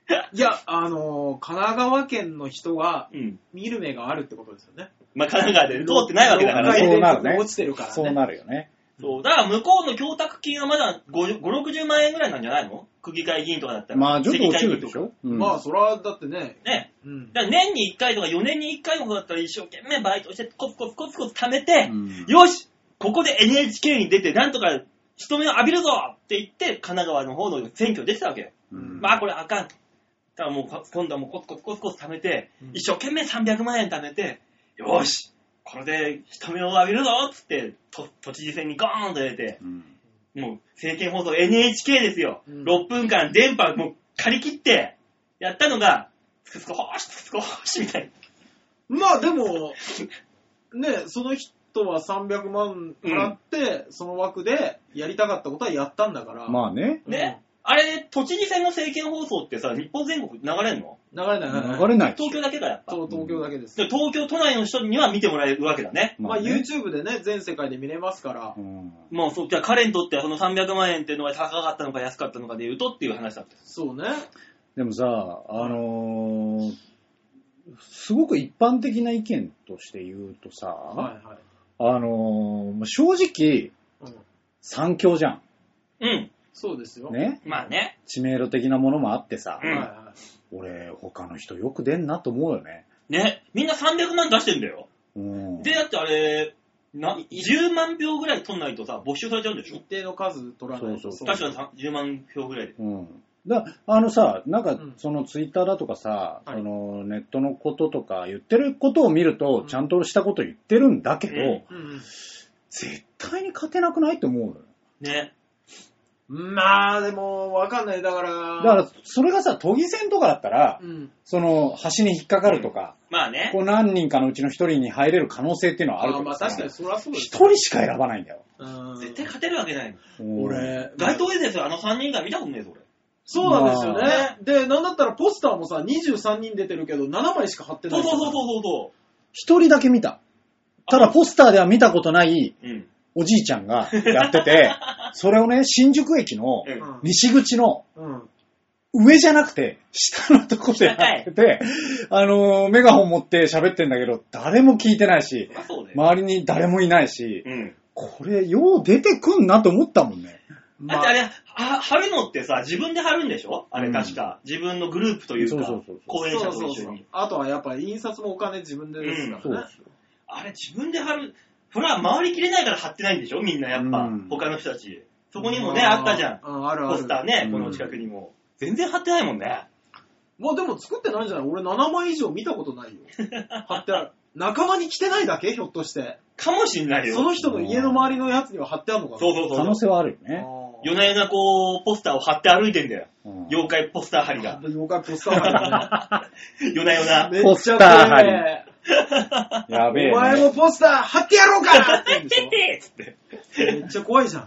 いや、あのー、神奈川県の人が見る目があるってことですよね。 うん、まあ、神奈川で通ってないわけだからね。そうなるね。落ちてるからね。 そうなるよね。 そう。だから向こうの供託金はまだごじゅう、ろくじゅうまん円ぐらいなんじゃないの？区議会議員とかだったら。 まあ、ちょっと落ちるでしょ、 うん、まあ、それはだってね。 ね。うん。だから年にいっかいとかよねんにいっかいとかだったら一生懸命バイトしてコツコツコツコツ貯めて、うん、よしここで エヌエイチケー に出てなんとか人目を浴びるぞって言って、神奈川の方の選挙出てたわけよ。うん、まあ、これあかんと。だからもう今度はもうコツコツコツコツ貯めて、うん、一生懸命さんびゃくまんえん貯めて、よしこれで人目を浴びるぞっつって、と都知事選にゴーンと出て、うん、もう政見放送 エヌエイチケー ですよ。うん、ろっぷんかん電波もう借り切って、やったのが、つくつくほーし、つくつくほーしみたいな。まあでも、ね、その人はさんびゃくまん払って、うん、その枠でやりたかったことはやったんだから。 まあね。 ね。うんあれ、都知事選の政見放送ってさ、日本全国流れんの？ 流れない。 流れない。 東京だけかやっぱ。 そう、東京だけです。 で東京都内の人には見てもらえるわけだね。 まあ、ね、YouTube でね、全世界で見れますから。 うん、まあそう、じゃあ彼にとってはそのさんびゃくまんえんっていうのが高かったのか安かったのかで言うとっていう話だった。 そうね。 でもさ、あのー、すごく一般的な意見として言うとさ、はいはい、あのー、正直、うん、三強じゃん。 うん。 そうですよ。 ね。 まあね。 知名度的なものもあってさ、 うん、 俺、他の人よく出んなと思うよね。 ね。みんなさんびゃくまん出してんだよ。 うん、 で、だってあれ、なじゅうまんひょうぐらい取んないとさ、没収されちゃうんでしょ？ 一定の数取らないと。 そうそう確かにじゅうまんひょうぐらいで。 うん。だあのさ、なんか、そのツイッターだとかさ、うん、そのネットのこととか言ってることを見ると、ちゃんとしたこと言ってるんだけど、うんうん、絶対に勝てなくないって思うのよ。 ね。 まあ、でも、わかんない。だから。 だから、それがさ、都議選とかだったら、うん、その、橋に引っかかるとか、 うん、まあね。 こう何人かのうちの一人に入れる可能性っていうのはあるけど、 まあ、確かにそれはそうです。 一人しか選ばないんだよ。 うん絶対勝てるわけないの。俺、 街頭演説あのさんにんが見たことねえぞ、俺。 そうなんですよね。まあ、で、なんだったらポスターもさ、にじゅうさんにん出てるけど、ななまいしか貼ってない。 そうそうそうそうそう。 一人だけ見た。ただ、ポスターでは見たことない、うんおじいちゃんがやってて、それをね、新宿駅の西口の上じゃなくて、下のとこでやってて、あのー、メガホン持って喋ってんだけど、誰も聞いてないし、周りに誰もいないし、うん、これ、よう出てくんなと思ったもんね。 だってあれ、は貼るのってさ、自分で貼るんでしょあれ確か、うん。自分のグループというか、講演者と一緒に。 そうそうそうあとはやっぱり印刷もお金自分でですからね。うん、 あれ自分で貼る。それは回りきれないから貼ってないんでしょみんなやっぱ、うん、他の人たち。そこにもね、あったじゃん。 ああるあるポスターね、この近くにも。全然貼ってないもんね。 まあでも作ってないんじゃない俺ななまい以上見たことないよ。貼ってある。仲間に来てないだけひょっとして。 かもしんないよ。 その人の家の周りのやつには貼ってあるのかなそうそうそう。 可能性はあるよね。 夜な夜なこう、ポスターを貼って歩いてんだよ。妖怪ポスター貼りが。 妖怪ポスター貼り、ね。夜な夜な。 めっちゃ怖いね。 やべえ、ね。 お前もポスター貼ってやろうかって言うんでしょめっちゃ怖いじゃん。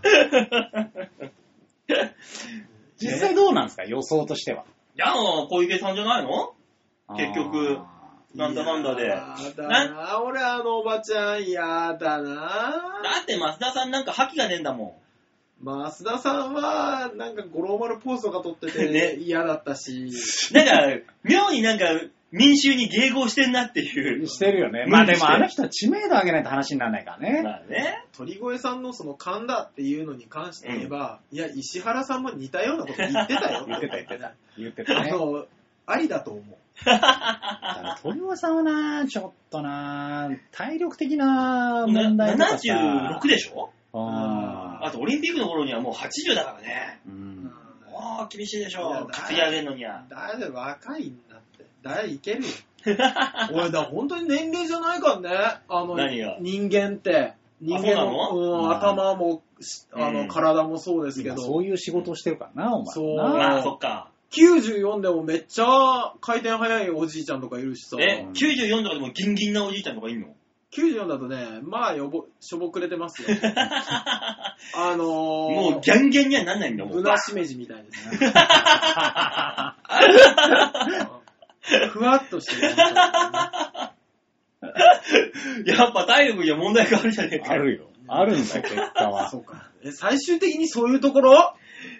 実際どうなんですか予想としては。 いや、小池さんじゃないの結局。なんだなんだで。 やだな俺あのおばちゃん、やだなだって増田さんなんか覇気がねえんだもん。増田さんは、なんか五郎丸ポーズとか撮ってて嫌だったし。 なんか、妙になんか、民衆に迎合してんなっていう。 してるよね。まあでもあの人は知名度上げないと話にならないからね。 まあね。 鳥越さんのその勘だっていうのに関して言えば、うん、いや、石原さんも似たようなこと言ってたよ。 言ってた言ってた。言ってたね。 あの、ありだと思う。 鳥越さんはな、ちょっとな、体力的な問題とかさ。 ななじゅうろくでしょああとオリンピックの頃にはもうはちじゅうだからね。うん、もう厳しいでしょ。担ぎ上げるのには。 だいぶ若いんだって。だいぶいけるよ。俺だ、本当に年齢じゃないからね。あの、 何が人間って。人間の、うん、頭も、あの、うん、体もそうですけど。 そういう仕事をしてるからな、お前。 そう。 まあ、そっか。 きゅうじゅうよんでもめっちゃ回転早いおじいちゃんとかいるしさ。 え、きゅうじゅうよんとかでもギンギンなおじいちゃんとかいんの ? きゅうじゅうよんだとね、まあよぼ、しょぼくれてますよ。あのー、 もうギャンギャンにはなんないんだもん。 ぶなしめじみたいですね。ふわっとしてる。 やっぱ体力には問題があるじゃねえか。 あるよ。あるんだ、結果は。 そうか。え、最終的にそういうところ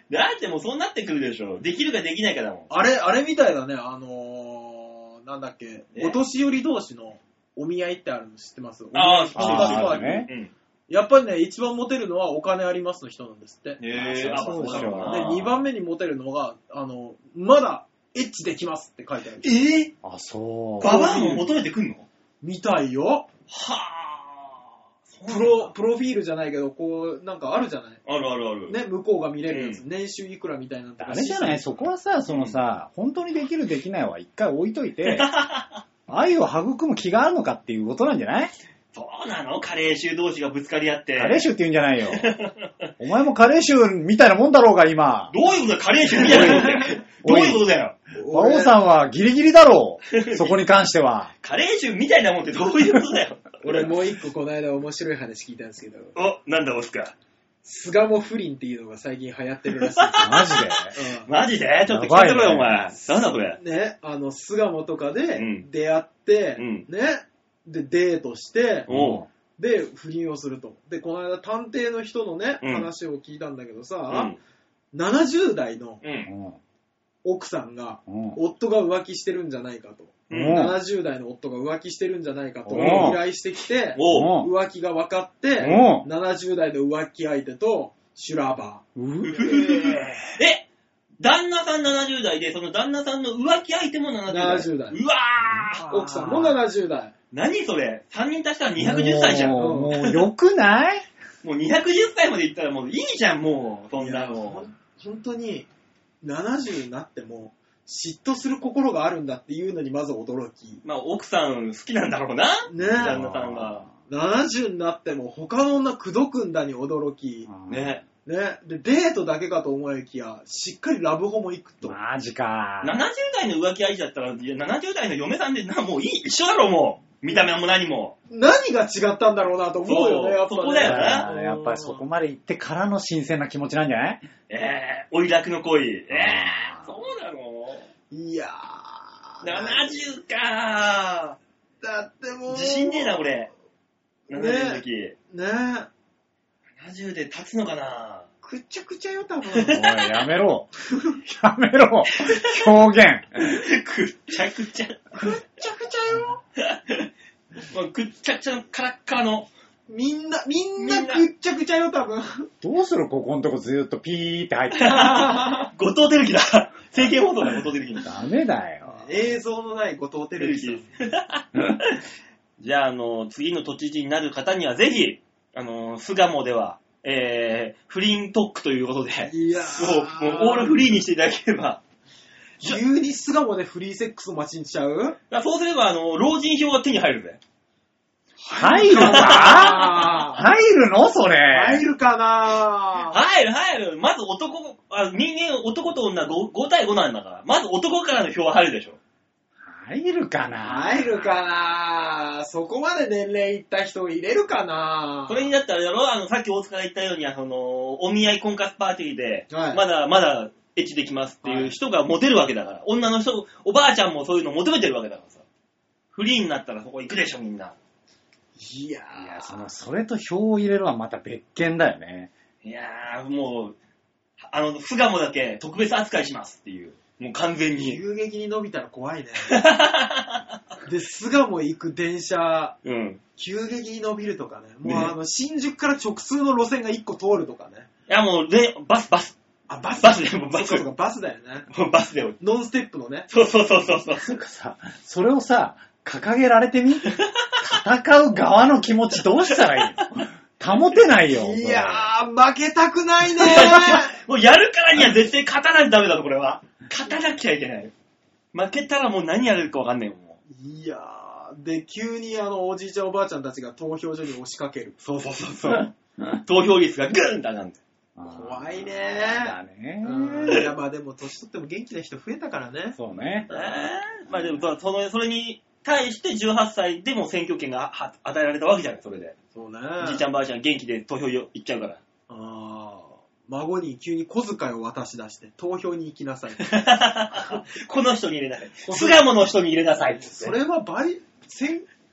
だってもうそうなってくるでしょ。できるかできないかだもん。 あれ、あれみたいだね、あのー、なんだっけ、お年寄り同士のお見合いってあるの知ってます？ ああ、 そうだね。うん。やっぱりね、一番モテるのはお金ありますの人なんですって。 へぇー、 そうでしょ。 で、二番目にモテるのが、あの、まだエッチできますって書いてある。 えぇ、ー、 あ、そう。 ババアも求めてくんの？ みたいよ。はぁー。プロ、プロフィールじゃないけど、こう、なんかあるじゃない？ あるあるある。 ね、向こうが見れるやつ、うん、年収いくらみたいなのとか。 あれじゃない？そこはさ、そのさ、うん、本当にできるできないは一回置いといて、愛を育む気があるのかっていうことなんじゃない？ そうなの？加齢臭同士がぶつかり合って。 加齢臭って言うんじゃないよ。お前も加齢臭みたいなもんだろうが、今。 どういうことだよ、加齢臭みたいなもんだよ。どういうことだよ。 馬王さんはギリギリだろう。そこに関しては。 加齢臭みたいなもんってどういうことだよ。 俺もう一個この間面白い話聞いたんですけど。 お、なんだオスカ。 巣鴨不倫っていうのが最近流行ってるらしい。 マジで、 うん、マジでちょっと聞かせろよ、お前。なんだこれ。 ね、あの、巣鴨とかで出会って、うん、ね、で、デートして、うんで、不倫をすると。で、この間探偵の人のね、うん、話を聞いたんだけどさ、うん、ななじゅう代の奥さんが、うん、夫が浮気してるんじゃないかと。うん、ななじゅう代の夫が浮気してるんじゃないかと依頼してきて、浮気が分かって、ななじゅう代の浮気相手と修羅場。 え旦那さんななじゅう代で、その旦那さんの浮気相手もななじゅう代。 ななじゅう代。 うわー奥さんもななじゅう代。 何それ ?さん 人足したらにひゃくじゅっさいじゃん。 もう、もうよくないもうにひゃくじゅっさいまでいったらもういいじゃん、もう。そんなの。 本当に、ななじゅうになっても、嫉妬する心があるんだっていうのにまず驚き。 まあ、奥さん好きなんだろうな。ねえ。旦那さんが。 ななじゅうになっても他の女口説くんだに驚き。 ね。 ね。で、デートだけかと思いきや、しっかりラブホも行くと。 マジか。 ななじゅう代の浮気相手だったら、ななじゅう代の嫁さんで、な、もういい、一緒だろ、もう。見た目も何も。 何が違ったんだろうなと思うよね、やっぱ、ね。 そこだよね。やっぱりそこまで行ってからの新鮮な気持ちなんじゃない？ ええー、おいらくの恋。ええー、そうなの？ いやー。ななじゅうかー。だってもう。 自信ねえな、俺。ななじゅうの時。 ねえ。ねえ。 ななじゅうで立つのかな？ くっちゃくちゃよ、多分。 おい、やめろ。やめろ。表現。 くっちゃくちゃ。 くっちゃくちゃよ。 もうくっちゃくちゃのカラッカラの。 みんな、みんなくっちゃくちゃよ、多分。 どうするここのとこずーっとピーって入ってる。 後藤輝樹だ。政見放送だ、後藤輝樹。 ダメだよ。 映像のない後藤輝樹。 じゃあ、あの、次の都知事になる方にはぜひ、あの、巣鴨では、えー、フリートークということで、 いやもう、もうオールフリーにしていただければ。 急に巣鴨でフリーセックスを待ちにしちゃう？ そうすれば、あの、老人票が手に入るぜ。 入るか入るのそれ。 入るかな入る入る。まず男、あ人間、男と女 5, 5対ごなんだから、まず男からの票は入るでしょ。 入るかな入るかなそこまで年齢いった人入れるかなそれにだったらだろあの、さっき大塚が言ったように、あの、お見合い婚活パーティーで、 はい、 まだ、まだ、エッチできますっていう人がモテるわけだから、はい、女の人、おばあちゃんもそういうの求めてるわけだからさ。フリーになったらそこ行くでしょ、みんな。 いやー。いや、その、それと票を入れるはまた別件だよね。 いやー、もう、あの、巣鴨だけ特別扱いしますっていう。もう完全に。 急激に伸びたら怖いね。で、巣鴨行く電車、うん、急激に伸びるとかね。もう、ね、あの、新宿から直通の路線がいっこ通るとかね。 いや、もう、で、バス、バス。 あ、バスバスだよ、もうバス。 そうか、バスだよね。 もうバスだよ。 ノンステップのね。 そうそうそうそう。 そうかさ、それをさ、掲げられてみ戦う側の気持ちどうしたらいいの保てないよ。 いやー、負けたくないねもうやるからには絶対勝たないとダメだぞ、これは。勝たなきゃいけない。負けたらもう何やれるかわかんないよ、もう。いやー、で、急にあの、おじいちゃんおばあちゃんたちが投票所に押しかける。 そうそうそうそう。投票率がグーンと上がるんだよ。 怖いねー。だねー。いや、まあでも、年取っても元気な人増えたからね。 そうね。 えー、まあでも、その、それに対してじゅうはっさいでも選挙権が与えられたわけじゃない、それで。 そうね。 じいちゃんばあちゃん元気で投票行っちゃうから。ああ。孫に急に小遣いを渡し出して、投票に行きなさい。 この人に入れなさい。巣鴨の人に入れなさい。 それは倍、選、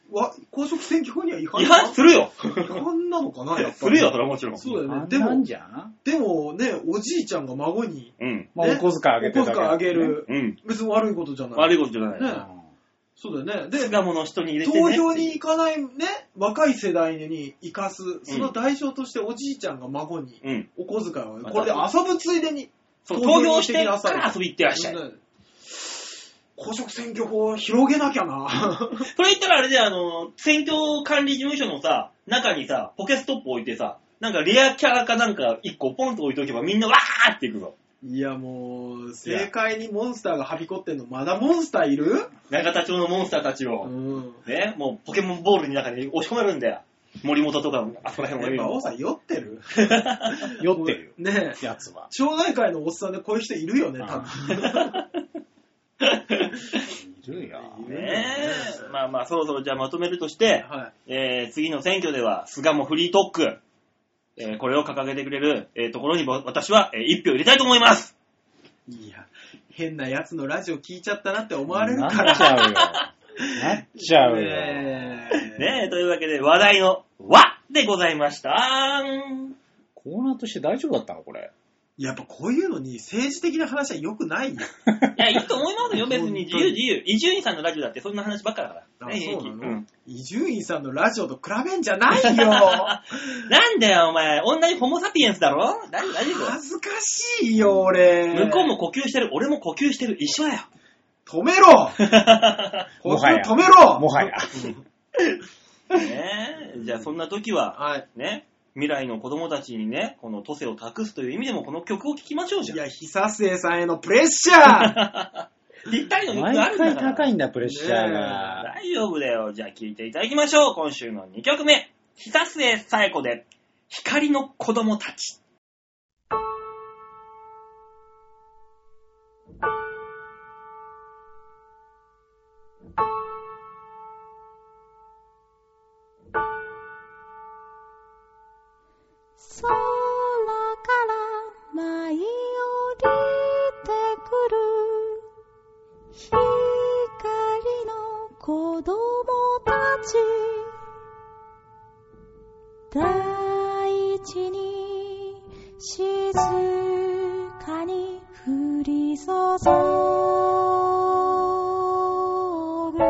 わ公職選挙法には違反違反するよ。 違反なのかなやっぱり。 するよ、それはもちろん。 そうだよね。でも、 じゃんでもね、おじいちゃんが孫に、 うん。 まあ、お小遣いあげてるお小遣いあげる。 うん。 別に悪いことじゃない。 悪いことじゃない。 ね。そうだよね。で、 巣鴨の人に入れてね。 投票に行かないね、若い世代に生かす、その代償としておじいちゃんが孫にお小遣いを、うん、これで遊ぶついでに投票してから遊び行ってらっしゃい。 公職選挙法を広げなきゃな。 それ言ったらあれで、あの、選挙管理事務所のさ、中にさ、ポケストップ置いてさ、なんかレアキャラかなんか一個ポンと置いておけばみんなわーっていくぞ。 いやもう、正解にモンスターがはびこってんの、まだモンスターいる？ 永田町のモンスターたちを、うん、ね、もうポケモンボールの中に押し込めるんだよ。森本とか、あそこら辺もいる。 やっぱ王さん酔ってる酔ってるよ。 ねえ。 やつは。 町内会のおっさんでこういう人いるよね、多分。 いるよ。 ねえ。まあまあ、そろそろじゃあまとめるとして、はい、えー、次の選挙では、巣鴨フリートーク、えー、これを掲げてくれる、えー、ところに私は、えー、一票入れたいと思います。 いや、変なやつのラジオ聞いちゃったなって思われるから。 なっちゃうよ。なっちゃうよ。 ねえ。ねえ、というわけで話題の和でございました。 コーナーとして大丈夫だったのこれ。 やっぱこういうのに政治的な話は良くないよ。いや、いいと思いますよ、別に。自由自由。伊集院さんのラジオだってそんな話ばっかだから。 あ、ね、そうなの伊集院さんのラジオと比べんじゃないよ。 なんだよ、お前。同じホモサピエンスだろ？何、何恥ずかしいよ、俺。 向こうも呼吸してる、俺も呼吸してる。一緒だよ。 止めろもはや。 止めろもはや。 ねえ。じゃあそんな時は、 はい、 ね。未来の子供たちにね、この都政を託すという意味でもこの曲を聴きましょうじゃん。 いや、久末さんへのプレッシャーぴったりの曲があるんだから。 毎回高いんだ、プレッシャーが。 大丈夫だよ。じゃあ聴いていただきましょう。今週のにきょくめ。久末さえ子で、光の子供たち。 空から舞い降りてくる光の子供たち大地に静かに降り注ぐ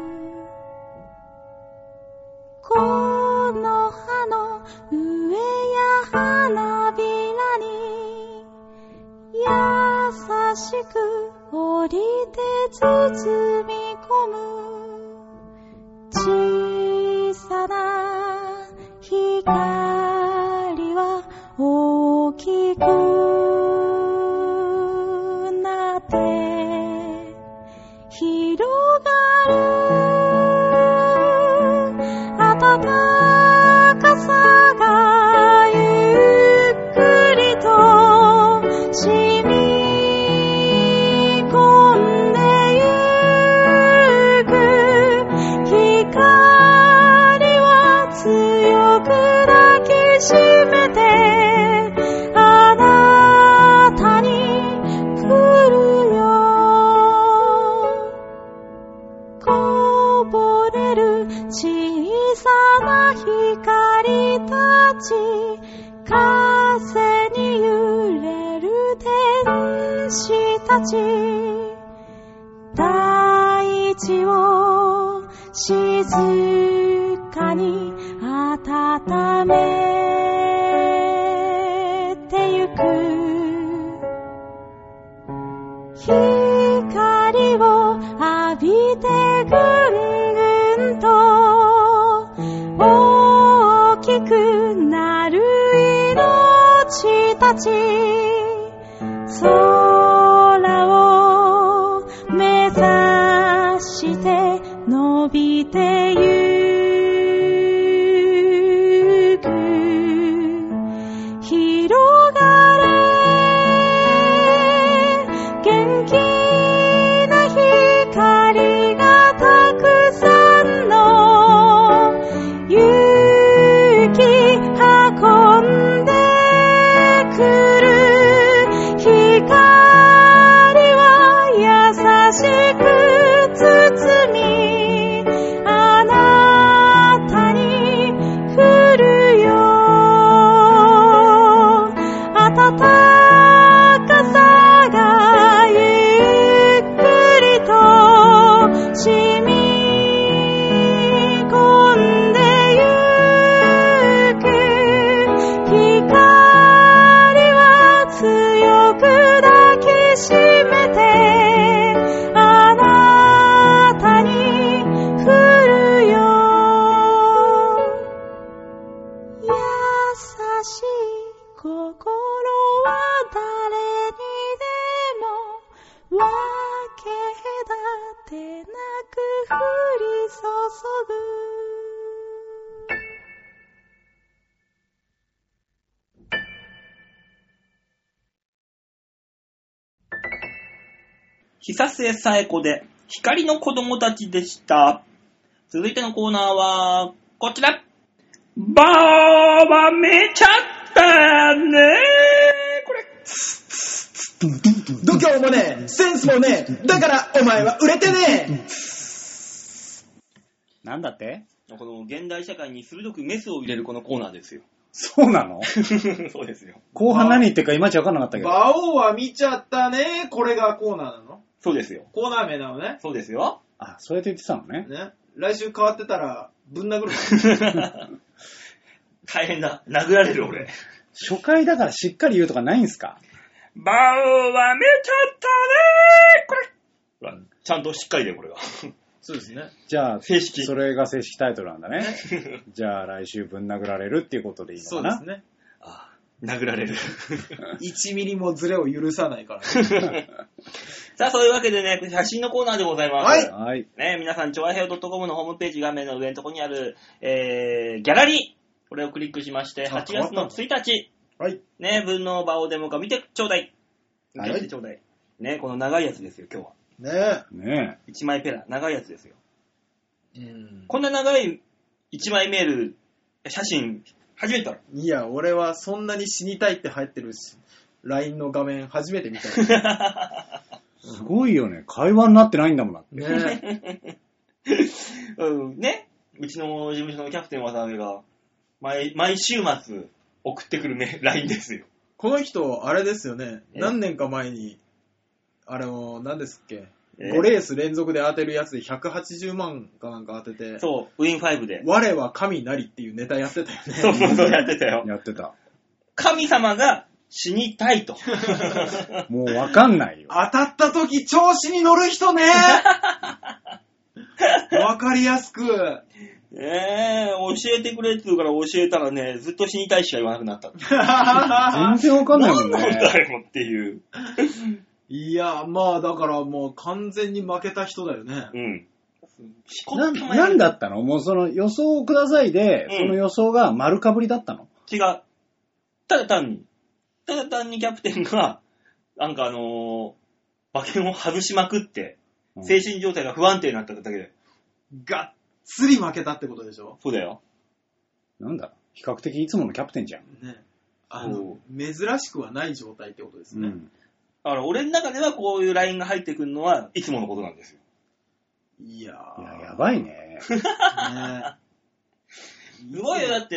この葉の上花びらに優しく降りて包み込む小さな光は大きくなって広がる暖かさがゆっくりと染み込んでゆく光は強く抱きしめてあなたに来るよこぼれる小さな光たち風に揺れる天使たち大地を静かに温めてゆく光を浴びてぐんぐんと大きくなる命たち空を目指して伸びてゆく広がれ元気な光がたくさんの勇気運んでくる光は優しく包みあな久瀬さえ子で光の子供たちでした。続いてのコーナーは、こちら。バーはめちゃったねこれ。 度胸もね、センスもね、だからお前は売れてね。 なんだって？ この現代社会に鋭くメスを入れるこのコーナーですよ。 そうなの？ そうですよ。 後半何言ってるかいまいち分かんなかったけど。 馬王は見ちゃったね。これがコーナーなの？ そうですよ。 コーナー名なのね。 そうですよ。 あ、そうやって言ってたのね。 ね。来週変わってたら、ぶん殴る。 大変だ。殴られる俺。 初回だからしっかり言うとかないんすか？ バウはめちゃったねこれ。ちゃんとしっかりだよ、これが。 そうですね。 じゃあ、 正式。 それが正式タイトルなんだね。じゃあ来週ぶん殴られるっていうことでいいのかな？ そうですね。 ああ、殴られる。 いちミリもズレを許さないからね。 さあ、そういうわけでね、写真のコーナーでございます。 はい。 はい。 ね、皆さん、ちょわへよ .com のホームページ画面の上のところにある、えー、ギャラリー。これをクリックしまして、はちがつのついたち。 はい。 ね、分の場をデモか見てちょうだい。 はい。 見てちょうだい。ね、この長いやつですよ、今日は。 ねえ。ねえ。いちまいペラ、長いやつですよ。 うん。 こんな長いいちまいメール、写真、初めてだろ。 いや、俺はそんなに死にたいって入ってるし、ライン の画面初めて見た。 すごいよね。会話になってないんだもんなって。 ねうん、ね。うちの事務所のキャプテン渡辺が、毎、毎週末送ってくるね、ライン ですよ。 この人、あれですよね。何年か前に、あれを、何ですっけ。ごレース連続で当てるやつでひゃくはちじゅうまんかなんか当てて。 そう、ウィンファイブで。 我は神なりっていうネタやってたよね。 そうそうそう、やってたよ。 やってた。 神様が死にたいと。 もうわかんないよ。 当たった時調子に乗る人ね。わかりやすく。 ええー、教えてくれって言うから教えたらね、ずっと死にたいしか言わなくなった。 全然わかんないもんね。 何なんだよっていう。 いや、まあだからもう完全に負けた人だよね。 うん。 な, なんだったの？もうその予想をくださいで、うん、その予想が丸かぶりだったの？ 違う。ただ単に、ただ単にキャプテンが、なんかあのー、馬券を外しまくって、うん、精神状態が不安定になっただけで。 がっつり負けたってことでしょ？ そうだよ。 なんだ比較的いつものキャプテンじゃん。 ね。あの、珍しくはない状態ってことですね。うん、 だから俺の中ではこういうラインが入ってくるのはいつものことなんですよ。 いやー。 いや、やばいね。ねすごいよ、だって、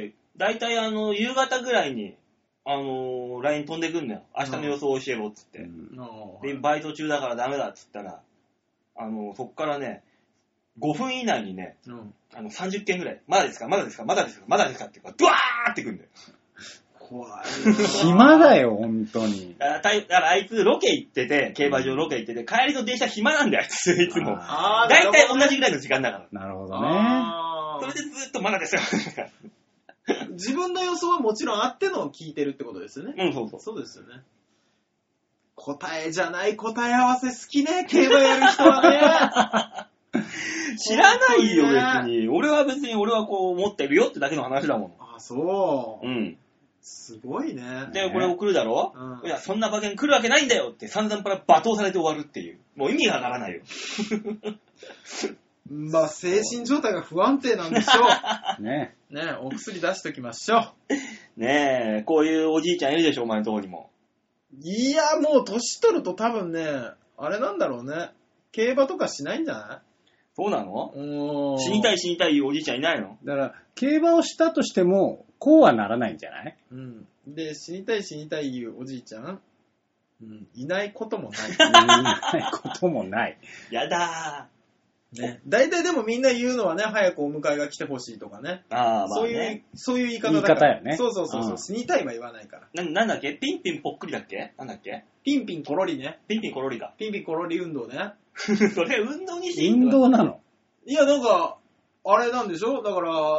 だいたいあの、夕方ぐらいに、あのー、ライン飛んでくんだよ。明日の予想を教えろっつって、うん。で、バイト中だからダメだっつったら、あのー、そっからね、ごふん以内にね、うん、あのさんじゅっけんぐらい、まだですかまだですかまだですかまだですかっていうか、ドワーってくんだよ。 怖い。 暇だよ、ほんとに。 だから、だからあいつロケ行ってて、競馬場ロケ行ってて、帰りの電車暇なんだよ、あいつ、いつも。だいたい同じぐらいの時間だから。 なるほどね。 それでずっとまだですよ。 自分の予想はもちろんあってのを聞いてるってことですよね。 うん、そうそう。 そうですよね。答えじゃない答え合わせ好きね、競馬やる人はね。 知らないよ、別に。俺は別に俺はこう思ってるよってだけの話だもん。 あ、そう。 うん。 すごいね。 で、これ送るだろ、うん、いや、そんな馬券来るわけないんだよって散々から罵倒されて終わるっていう。もう意味がわからないよ。 まあ、精神状態が不安定なんでしょう。ねえ。ねえ、お薬出しときましょう。ねえ、こういうおじいちゃんいるでしょ、お前のとこにも。 いや、もう年取ると多分ね、あれなんだろうね。競馬とかしないんじゃない？ そうなの？死にたい死にたいおじいちゃんいないの？ だから、競馬をしたとしても、こうはならないんじゃない？ うん。で、死にたい死にたいいうおじいちゃん、うん、いないこともない。 いないこともない。 やだー。ね。大体でもみんな言うのはね、早くお迎えが来てほしいとかね。 ああ、まあね。 そういう、そういう言い方だから。 言い方よね。 そうそうそうそう。死にたいは言わないから。 な、なんだっけ？ピンピンぽっくりだっけ？なんだっけ？ ピンピンコロリね。 ピンピンコロリか。 ピンピンコロリ運動ね。 それ運動にしていいの？運動なの？ いや、なんか、あれなんでしょ？だから、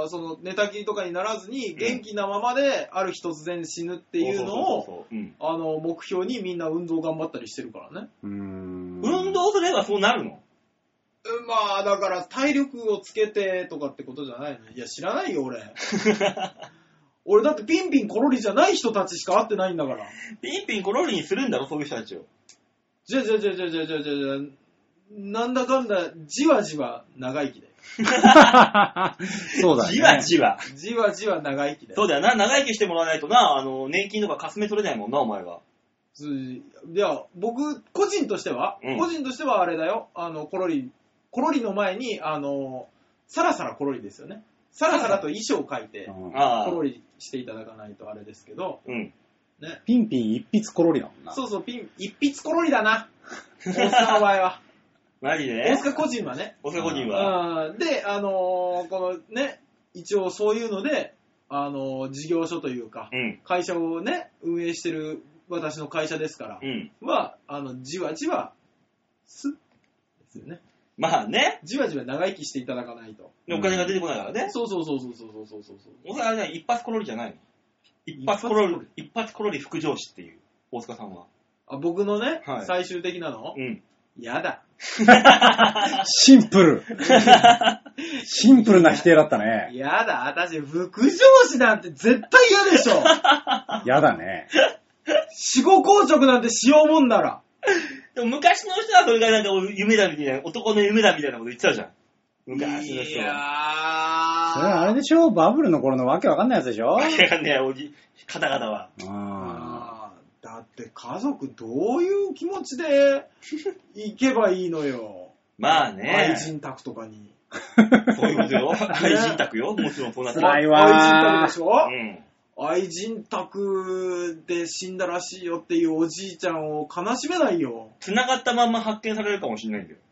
その、寝たきりとかにならずに、元気なままで、ある日突然死ぬっていうのを、あの、目標にみんな運動頑張ったりしてるからね。 うーん。 運動すればそうなるの？ まあ、だから、体力をつけてとかってことじゃないの？いや、知らないよ、俺。俺だってピンピンコロリじゃない人たちしか会ってないんだから。 ピンピンコロリにするんだろ、そういう人たちを。 じゃじゃじゃじゃじゃじゃじゃじゃ、なんだかんだ、じわじわ長生きで。 そうだね。 じわじわ。 じわじわ長生きで。 そうだよな、長生きしてもらわないとな、あの、年金とかかすめ取れないもんな、お前が。 いや、僕、個人としては、うん、個人としてはあれだよ、あの、コロリ、コロリの前に、あの、サラサラコロリですよね。サラサラと衣装を書いて、コロリしていただかないとあれですけど、 うん。 ね、ピンピン一筆コロリだもんな。 そうそう、ピン、一筆コロリだな。大塚の場合は。 マジで大塚個人はね。 大塚個人は。 で、あのー、このね、一応そういうので、あのー、事業所というか、うん、会社をね、運営してる私の会社ですから、うん、は、あの、じわじわ、すですよね。 まあね。 じわじわ長生きしていただかないと。 で、お金が出てこないからね。 そうそうそうそうそうそうそう。 お前あれね、一発コロリじゃないの？一発コロリ、一発コロリ副上司っていう、大塚さんは。 あ、僕のね、はい、最終的なの？うん。やだ。 シンプル。シンプルな否定だったね。 やだ、私、副上司なんて絶対嫌でしょ。 やだね。 死後硬直なんてしようもんなら。 でも昔の人はそれがなんか夢だみたいな、男の夢だみたいなこと言ってたじゃん。昔の人は。いやー。それはあれでしょ？バブルの頃のわけわかんないやつでしょ？ わけわかんないおじ、方々は。 あー。だって家族どういう気持ちで行けばいいのよ。 まあね。 愛人宅とかに。 そういうことよ。愛人宅よ。もちろんそうなってる。 辛いわー。 愛人宅でしょ？ うん。 愛人宅で死んだらしいよっていうおじいちゃんを悲しめないよ。 繋がったまんま発見されるかもしれないんだよ。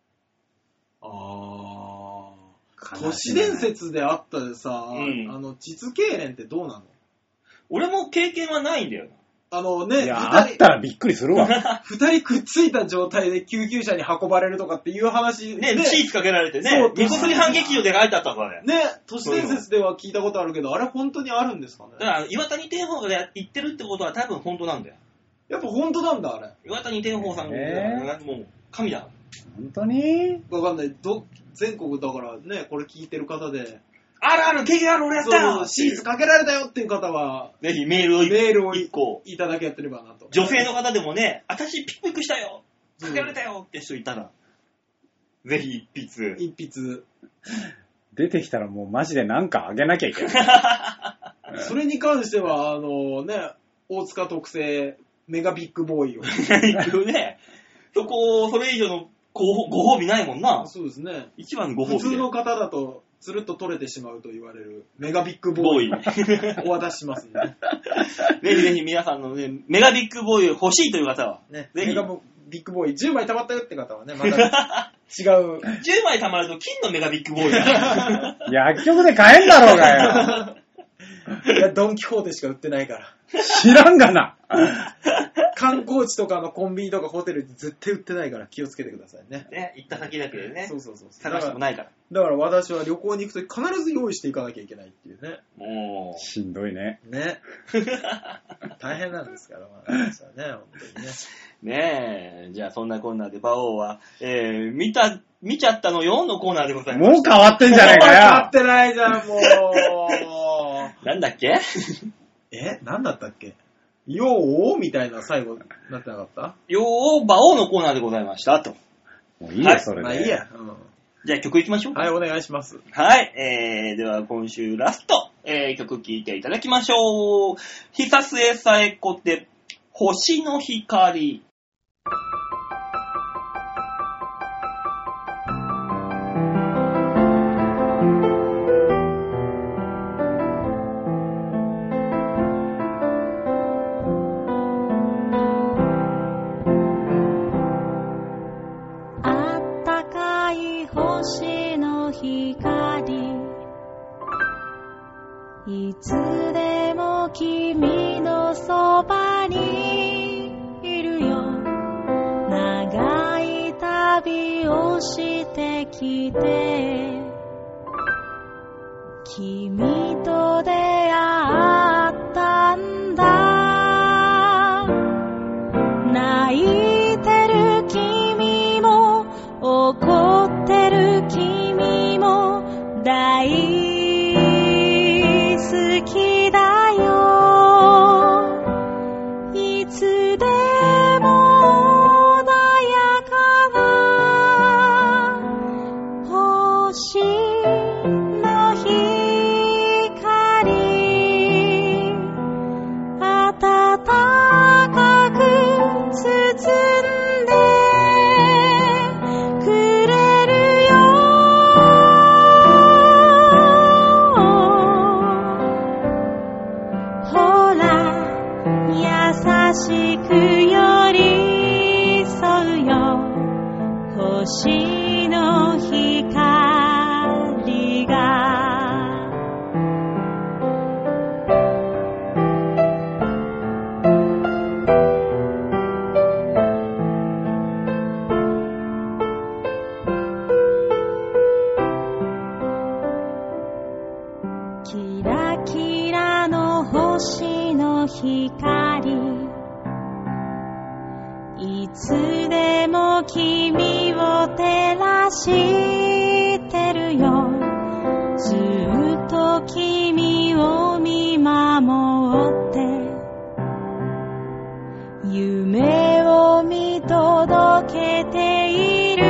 あー。都市伝説であったでさ、うん、あの、膣痙攣ってどうなの？ 俺も経験はないんだよな。 あのね、 いや、あったらびっくりするわ。 二人くっついた状態で救急車に運ばれるとかっていう話ね。ね、シーツかけられてね。そう、みこすり反撃場で書いてあったからね。 ね、都市伝説では聞いたことあるけど、あれ本当にあるんですかね。 だから、岩谷天宝が言ってるってことは多分本当なんだよ。 やっぱ本当なんだ、あれ。 岩谷天宝さんが、えー、もう神だ。 本当に？ わかんない。ど、全国だからね、これ聞いてる方で。 あるある、経験ある、俺やったよ。 そう、シーツかけられたよっていう方は、 ぜひメールをメールをいっこいただけやってればなと。 女性の方でもね、私ピクピクしたよ、かけられたよって人いたら、ぜひ一筆。 一筆。 出てきたらもうマジでなんかあげなきゃいけない。 それに関しては、あのね、大塚特製メガビッグボーイを。 ね、そこ、それ以上のご, ご褒美ないもんな。 そうですね。 一番のご褒美。 普通の方だと、つるっと取れてしまうと言われるメガビッグボーイお渡ししますんで、ね。 ぜひぜひ皆さんのね、メガビッグボーイ欲しいという方は、 ね、ぜひメガビッグボーイじゅうまい貯まったよって方はね、また違う。 じゅうまい貯まると金のメガビッグボーイだ。 薬局で買えんだろうがよ。 いや、ドンキホーテしか売ってないから。 知らんがな。 観光地とかのコンビニとかホテルに絶対売ってないから気をつけてくださいね。 ね、行った先だけでね。 そうそうそう。 探してもないから。 だから私は旅行に行くとき必ず用意していかなきゃいけないっていうね。 もう。 しんどいね。 ね。大変なんですから、まあ、私はね、本当にね。 ねえ、じゃあそんなコーナーで馬王は、えー、見た、見ちゃったのよんのコーナーでございます。 もう変わってんじゃないかよ。 変わってないじゃん、もう。 なんだっけえなんだったっけよーみたいな最後なってなかったよー、馬王のコーナーでございましたと。 もういいよ、はい、それで。 まあいいや。うん、 じゃあ曲いきましょうか。 はい、お願いします。 はい、えー、では今週ラスト、えー、曲聴いていただきましょう。久末さえこで、星の光。 いつでも君のそばにいるよ。長い旅をしてきて君と出会ったんだ。泣いてる君も怒ってる君も大好きだよ。いつでもの光いつでも君を照らしてるよずっと君を見守って夢を見届けている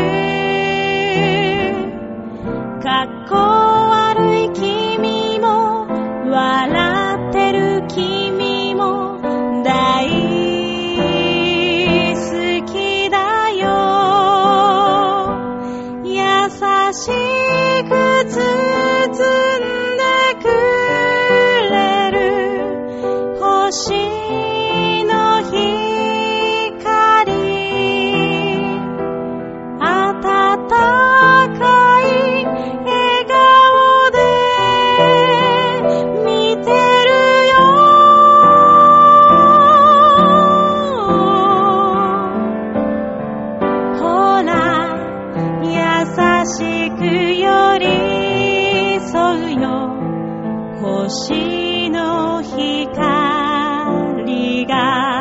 かっこ悪い君も笑ってる君も大好きだよ優しく包んでくれる星の光暖かい笑顔で見てるよほら優しく寄り添うよ星の光が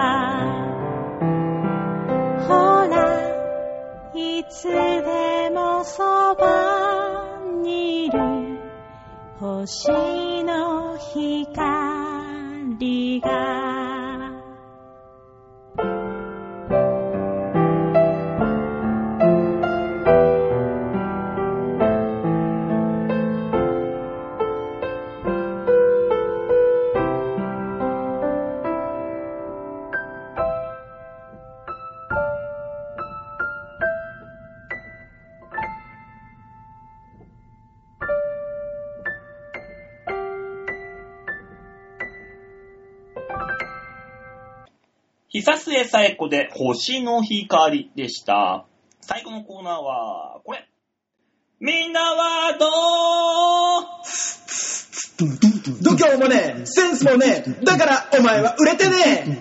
ほらいつでもそばにいる星の光が久末さえ子で星の光でした。最後のコーナーは、これ。みんなはどう度胸もねえ、センスもねえ、だからお前は売れてねえ。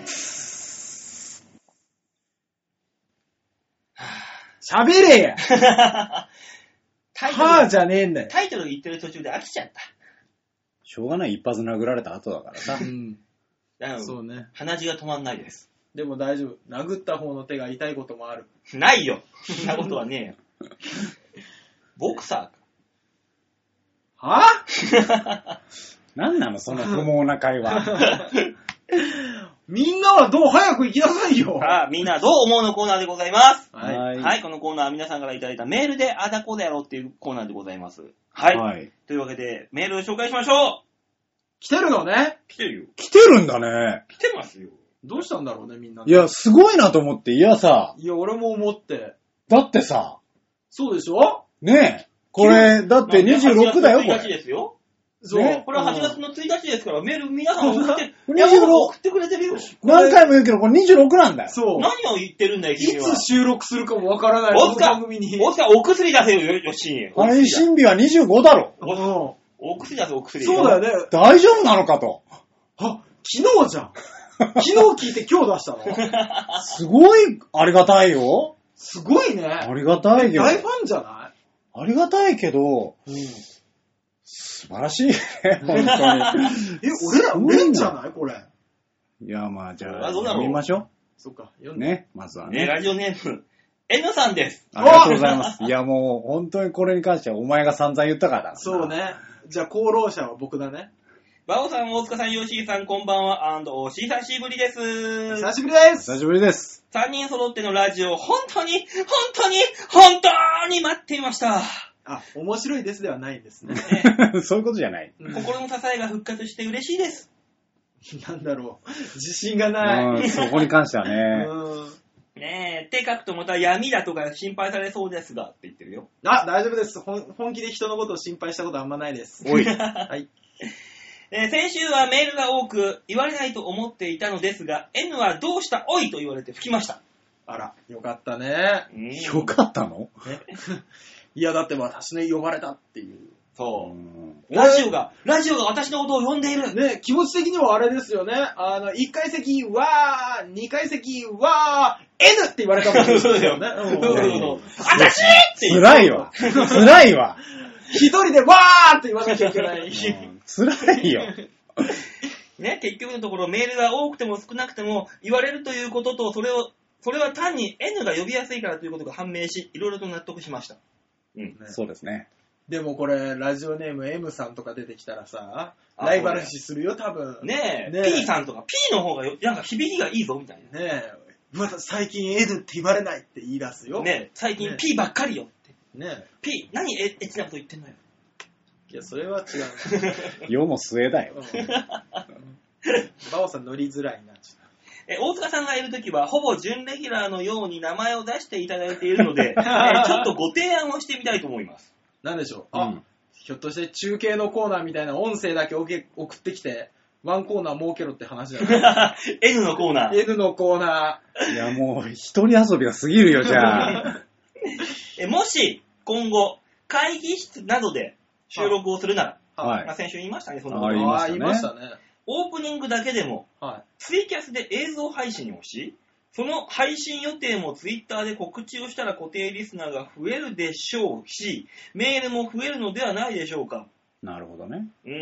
喋れや。 タイトル、 はぁじゃねえんだよ。 タイトル言ってる途中で飽きちゃった。 しょうがない一発殴られた後だからさ。 うん。 だからそうね。 鼻血が止まんないです。 でも大丈夫。殴った方の手が痛いこともある。 ないよ。そんなことはねえよ。ボクサーか。はぁ何なのその不毛な会話。 みんなはどう早く行きなさいよ。 さあ、みんなどう思うのコーナーでございます。 はい。 はい、このコーナーは皆さんからいただいたメールであだこうだやろうっていうコーナーでございます。はい。はい、というわけで、メールを紹介しましょう。 来てるのね。 来てるよ。 来てるんだね。 来てますよ。 どうしたんだろうね、みんな。 いや、すごいなと思って、いやさ。 いや、俺も思って。 だってさ。 そうでしょねえ。これ、だってにじゅうろくだよ、これ。 はちがつのついたちですよ。 そう、ね。 これははちがつのついたちですから、メール皆さん送って、 にじゅうろく送ってくれてるよ。 何回も言うけど、これにじゅうろくなんだよ。 そう。 何を言ってるんだよ、君は。 いつ収録するかもわからない。 大塚、大塚、お薬出せよ、よしん。 あれ、審美はにじゅうごだろ。 お薬出せ、お薬。 そうだよね。 大丈夫なのかと。 あ、昨日じゃん。昨日聞いて今日出したの。 すごい、ありがたいよ。 すごいね。 ありがたいよ。 大ファンじゃない？ ありがたいけど、うん、素晴らしいね、本当に。え、 俺ら売れんじゃないこれ。 いや、まあ、じゃあ、 読みましょう。 そっか、 読んで。ね、まずはね。 ね、ラジオネーム、N さんです。 ありがとうございます。いや、もう、本当にこれに関してはお前が散々言ったからだ。 そうね。じゃあ、功労者は僕だね。 バオさん、大塚さん、ヨッシーさん、こんばんは、アンドお久しぶりです。 久しぶりです。 久しぶりです。 さんにん揃ってのラジオ、本当に、本当に、本当に待っていました。 あ、面白いですではないんですね。 ねそういうことじゃない。 心の支えが復活して嬉しいです。 なんだろう。自信がない。 そこに関してはね。 うんねえ、手書くとまた闇だとか心配されそうですが、って言ってるよ。 あ、大丈夫です。本気で人のことを心配したことあんまないです。 おい。 はい。 えー、先週はメールが多く言われないと思っていたのですが、N はどうしたおいと言われて吹きました。 あら、よかったね。 よかったのいや、だって私ね、呼ばれたっていう。 そう。ラジオが、ラジオが私のことを呼んでいる。 ね、気持ち的にはあれですよね。あの、いっかい席、わー、にかい席、わー、N って言われたもんですよね。 そうそうそう。私って言う。 辛いわ。辛いわ。 一人でわーって言わなきゃいけない。 辛いよ。 ね、結局のところメールが多くても少なくても言われるということと、それを、それは単に N が呼びやすいからということが判明し、いろいろと納得しました。うん。ね、 そうですね。 でもこれ、ラジオネーム M さんとか出てきたらさ、ライバル視するよ、多分。 ねえ、ねえ P さんとか P の方がよ、なんか響きがいいぞ、みたいな。 ねえ、また最近 N って言われないって言い出すよ。 ねえ、最近 P ばっかりよって。 ねえ。 P、何エッチなこと言ってんのよ。 いや、それは違う。 世も末だよ。 バオさん乗りづらいな、ちょっと。 え、大塚さんがいるときは、ほぼ準レギュラーのように名前を出していただいているので、えー、ちょっとご提案をしてみたいと思います。 なんでしょう、あ、うん、ひょっとして中継のコーナーみたいな音声だけ送ってきて、ワンコーナー設けろって話じゃない N のコーナー。 N のコーナー。いや、もう、一人遊びが過ぎるよ、じゃあ。 え、もし、今後、会議室などで収録をするなら、 はい。 まあ、先週言いましたね、そんなこと。 ああ、言いましたね。 オープニングだけでも、 はい、 ツイキャスで映像配信をし、その配信予定もツイッターで告知をしたら固定リスナーが増えるでしょうし、メールも増えるのではないでしょうか。 なるほどね。 うん。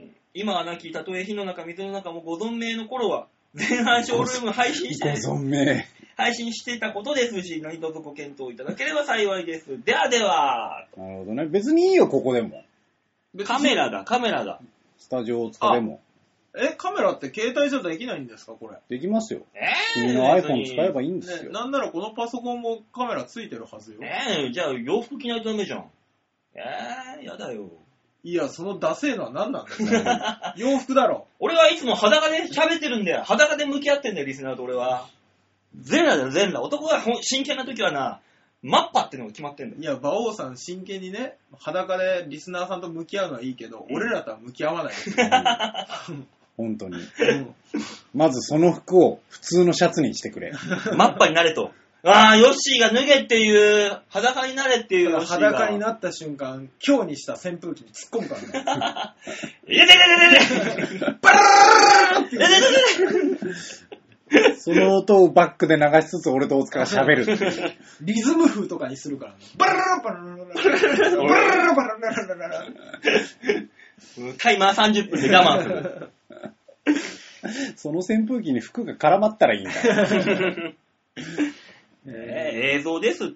今はなき、たとえ火の中、水の中もご存命の頃は、前半ショールーム配信して、 ご存命。 配信していたことですし、何卒ご検討いただければ幸いです。ではでは。 なるほどね。別にいいよ、ここでも。 カメラが、カメラが。 スタジオを使でも。 え、カメラって携帯じゃできないんですか、これ。 できますよ。 えー、君の iPhone 使えばいいんですよ、 ね。なんならこのパソコンもカメラついてるはずよ。 えー、じゃあ洋服着ないとダメじゃん。えー、やだよ。 いや、そのダセーのは何なんだよ。洋服だろ。 俺はいつも裸で喋ってるんだよ。裸で向き合ってんだよ、リスナーと俺は。全裸だよ、全裸。男が真剣な時はな、マッパってのが決まってんだよ。 いや、馬王さん真剣にね、裸でリスナーさんと向き合うのはいいけど、うん、俺らとは向き合わないよ。 本当に、うん。まずその服を普通のシャツにしてくれ。 マッパになれと。ああ、ヨッシーが脱げっていう、裸になれっていうヨッシーが。 裸になった瞬間、強にした扇風機に突っ込むからね。 いやでででででバラーって。ででででその音をバックで流しつつ俺と大塚が喋るっていう。 リズム風とかにするからね。バララバララララバララバララララタイマーさんじゅっぷんで我慢する。 その扇風機に服が絡まったらいいんだよ。 えー、映像ですって、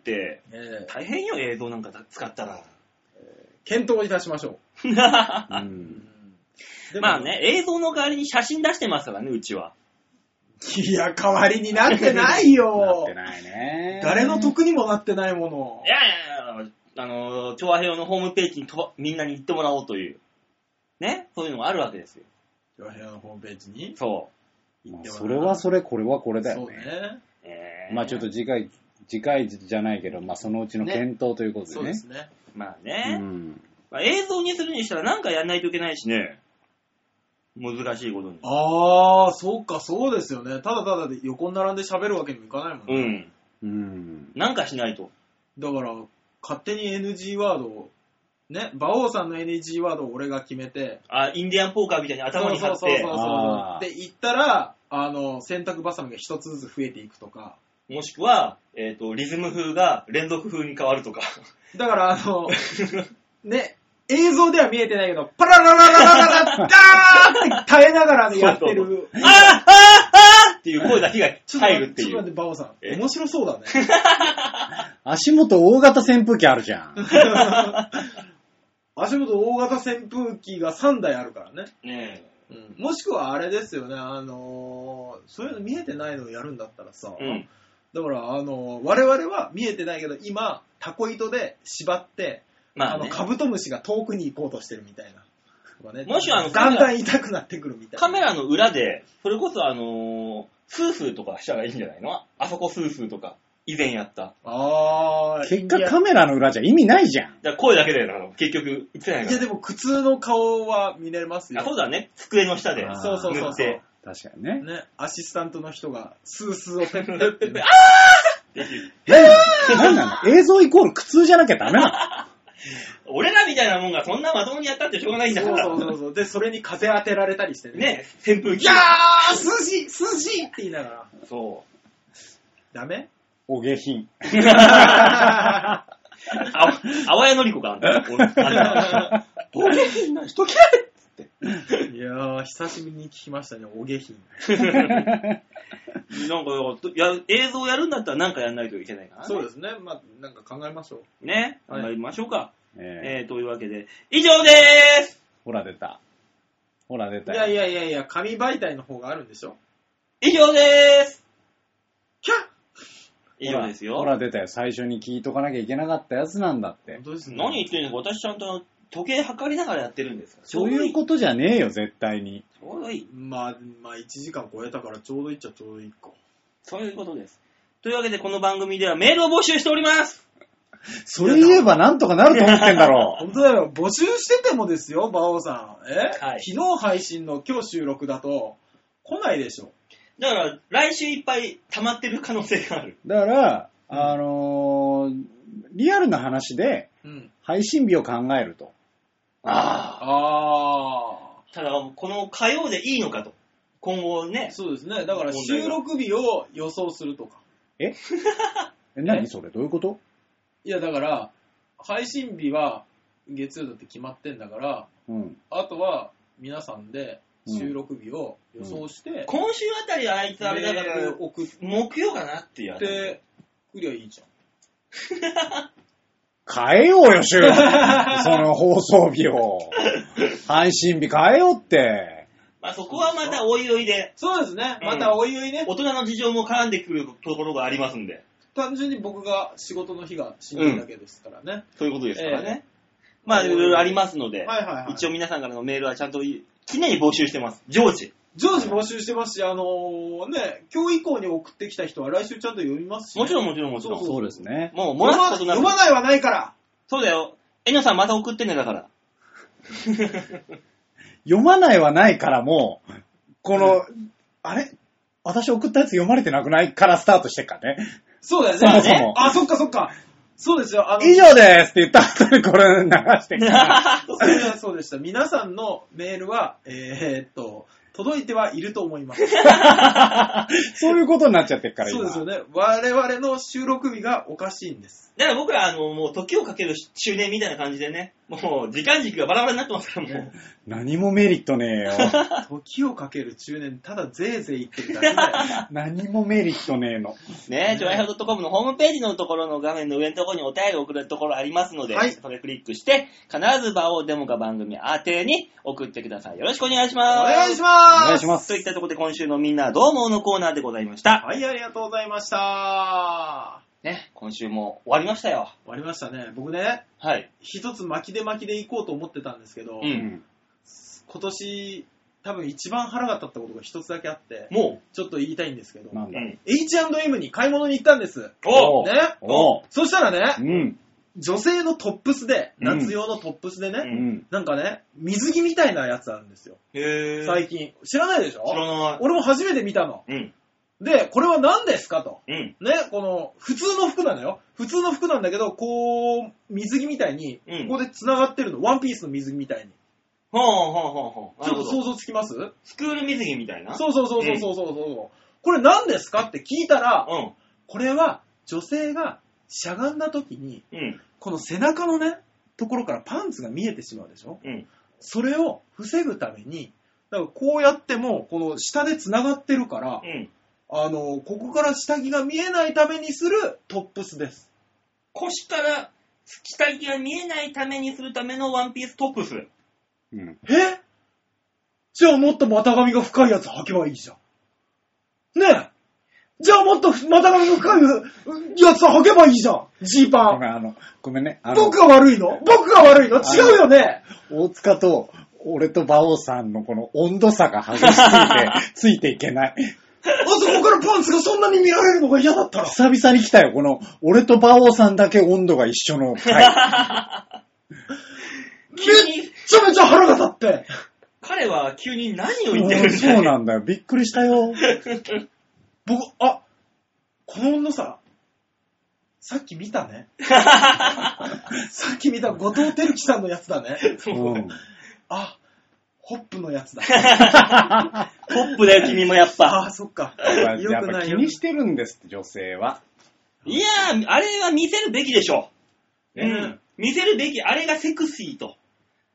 えー、大変よ映像なんか使ったら、 えー、検討いたしましょう。うん、 まあね、映像の代わりに写真出してますからね、うちは。 いや、代わりになってないよ。 なってないね。 誰の得にもなってないもの。 いやいやいや、あの、調和平和のホームページにとみんなに行ってもらおうという、ね、そういうのがあるわけですよ。 調和平和のホームページにそう。 まあ、それはそれ、これはこれだよね。 そうね。 えー、 まあちょっと次回、次回じゃないけど、まあそのうちの検討ということでね。 そうですね。 まあね、 うんまあ、映像にするにしたらなんかやんないといけないしね。難しいことに。 ああ、そうか、そうですよね。ただただで横に並んで喋るわけにもいかないもんね。 うん。うん。 なんかしないと。 だから、勝手に エヌジー ワードを、ね、馬王さんの エヌジー ワードを俺が決めて。 あ、インディアンポーカーみたいに頭に貼って。 そうそうそうそう。で、言ったら、あの、洗濯バサミが一つずつ増えていくとか。 もしくは、えっと、リズム風が連続風に変わるとか。 だから、あの、ね、映像では見えてないけど、パラララララララダーって耐えながらやってる。 あーあーあーっていう声だけが入るっていう。 ちょっと待って、バオさん。面白そうだね。 足元大型扇風機あるじゃん。 足元大型扇風機がさんだいあるからね。 ねえ、うん。もしくはあれですよね、あのー、そういうの見えてないのをやるんだったらさ、うん、だから、あのー、我々は見えてないけど、今、タコ糸で縛って、まあね、あのカブトムシが遠くに行こうとしてるみたいな、ね、 もしあのだんだん痛くなってくるみたいな。 カメラの裏でそれこそあのー、スースーとかしたらいいんじゃないの？あそこスースーとか以前やった。 あー、 結果カメラの裏じゃ意味ないじゃん。 じゃ声だけでなの結局映せないから。 いやでも苦痛の顔は見れますよ。 あ、そうだね。机の下でそうそうそうそう。 確かにね。 ね、アシスタントの人がスースーをペッペッペッ。あーっていう。 なんなの？映像イコール苦痛じゃなきゃダメなの？ 俺らみたいなもんがそんなまともにやったってしょうがないんだから。 そうそうそう。で、それに風当てられたりしてね。 ね、扇風機。 いやー、涼しい、涼しいって言いながら。 そう。 ダメ？ お下品。 あ、あわやのりこかあんた。お下品な人嫌いって。 。 いやー、久しぶりに聞きましたね、お下品。 なんかや、映像やるんだったらなんかやんないといけないから、ね。 そうですね。まあ、なんか考えましょう。ね。 はい、 考えましょうか。 えー、 えー、というわけで、以上でーす。 ほら出た。ほら出た。 いやいやいやいや、紙媒体の方があるんでしょ。 以上でーす。 キャッ以上ですよ。 ほら出たよ。最初に聞いとかなきゃいけなかったやつなんだって。 本当ですね。 何言ってるんですか。私ちゃんと時計測りながらやってるんですから。 そういうことじゃねえよ、絶対に。 ちょうどいい。 まあ、まあ、いちじかん超えたからちょうどいいっちゃちょうどいいか。 そういうことです。というわけで、この番組ではメールを募集しております。 それ言えばなんとかなると思ってんだろう。本当だよ。募集しててもですよ、馬王さん。え、 はい、 昨日配信の今日収録だと来ないでしょ。 だから、来週いっぱい溜まってる可能性がある。 だから、あのー、リアルな話で、配信日を考えると。うん、 ああ。 ああ。 ただ、この火曜でいいのかと。今後ね。 そうですね。だから収録日を予想するとか。 ええ、何それどういうこと？ いや、だから、配信日は月曜だって決まってんだから、うん、あとは皆さんで収録日を予想して、うん、 今週あたりあいつあれだから送木曜かなってやってくりゃいいじゃん。 変えようよ、週その放送日を。配信日変えようって。 まあそこはまたおいおいで。 そうですね。またおいおいね、 うん。大人の事情も絡んでくるところがありますんで。 単純に僕が仕事の日が死んでるだけですからね、 うん。そういうことですからね。えー、まあいろいろありますので、 はいはいはい、 一応皆さんからのメールはちゃんと常に募集してます。常時。 常時募集してますし、あのー、ね、今日以降に送ってきた人は来週ちゃんと読みますし、ね。 もちろんもちろんもちろん。 そうそうですね。 もうもらったことなく読まないはないから。 そうだよ。えのさんまた送ってねだから。 読まないはないからもう、この、うん、あれ私送ったやつ読まれてなくないからスタートしてっからね。 そうだよね。 そもそも。 あ、そっかそっか。そうですよ。あの以上ですって言った後にこれ流してくからそうでした。皆さんのメールは、えー、っと、届いてはいると思います。 そういうことになっちゃってるから今。そうですよね。我々の収録日がおかしいんです。 だから僕ら、あの、もう時をかける周年みたいな感じでね、もう時間軸がバラバラになってますから、もう。 何もメリットねえよ。 時をかける中年、ただぜいぜい言ってるだけだよ。 何もメリットねえの。 ねえ、ジョイハイドットコムのホームページのところの画面の上のところにお便りを送るところありますので、はい、それクリックして、必ず場をデモか番組宛てに送ってください。よろしくお願いします。 お願いします。 お願いします。 といったところで今週のみんなどうものコーナーでございました。 はい、ありがとうございました。 ね、今週も終わりましたよ。 終わりましたね。僕ね、はい。一つ巻きで巻きで行こうと思ってたんですけど、うん、今年多分一番腹が立ったことが一つだけあって、もうちょっと言いたいんですけど、なんだ、うん、エイチアンドエム に買い物に行ったんです。 おね。おそしたらね、うん、女性のトップスで、夏用のトップスでね、うん、なんかね、水着みたいなやつあるんですよ。へー。最近。知らないでしょ？ 知らない。 俺も初めて見たの。うん。で、これは何ですかと。うん。ね、この、普通の服なのよ。普通の服なんだけど、こう、水着みたいに、うん、ここで繋がってるの。ワンピースの水着みたいに。 はあはあはあはあ。 ちょっと想像つきます？ スクール水着みたいな？ そうそうそうそうそうそう、うん。これ何ですかって聞いたら、うん、これは女性がしゃがんだ時に、うん、この背中のね、ところからパンツが見えてしまうでしょ？うん。それを防ぐために、だからこうやっても、この下で繋がってるから、うん、あの、ここから下着が見えないためにするトップスです。 腰から下着が見えないためにするためのワンピーストップス。 うん、え？じゃあもっと股上が深いやつ履けばいいじゃん。ねえ。じゃあもっと股上が深いやつ履けばいいじゃん。ジーパン。 ごめん、あの、ごめんね。あの僕が悪いの？僕が悪いの？違うよね。 大塚と俺と馬王さんのこの温度差が激しすぎてついていけない。 あそこからパンツがそんなに見られるのが嫌だったら。 久々に来たよ、この、俺と馬王さんだけ温度が一緒の回。 めっちゃめちゃ腹が立って。 彼は急に何を言ってるんだよ。 そうなんだよ、びっくりしたよ。 僕、あ、この温度差、さっき見たね。さっき見た後藤輝樹さんのやつだね。うん、あ、ホップのやつだ。 ホップだよ、君もやっぱ。 ああ、そっか。 よくないよ。気にしてるんですって、女性は。 いやー、あれは見せるべきでしょ。うん。見せるべき、あれがセクシーと。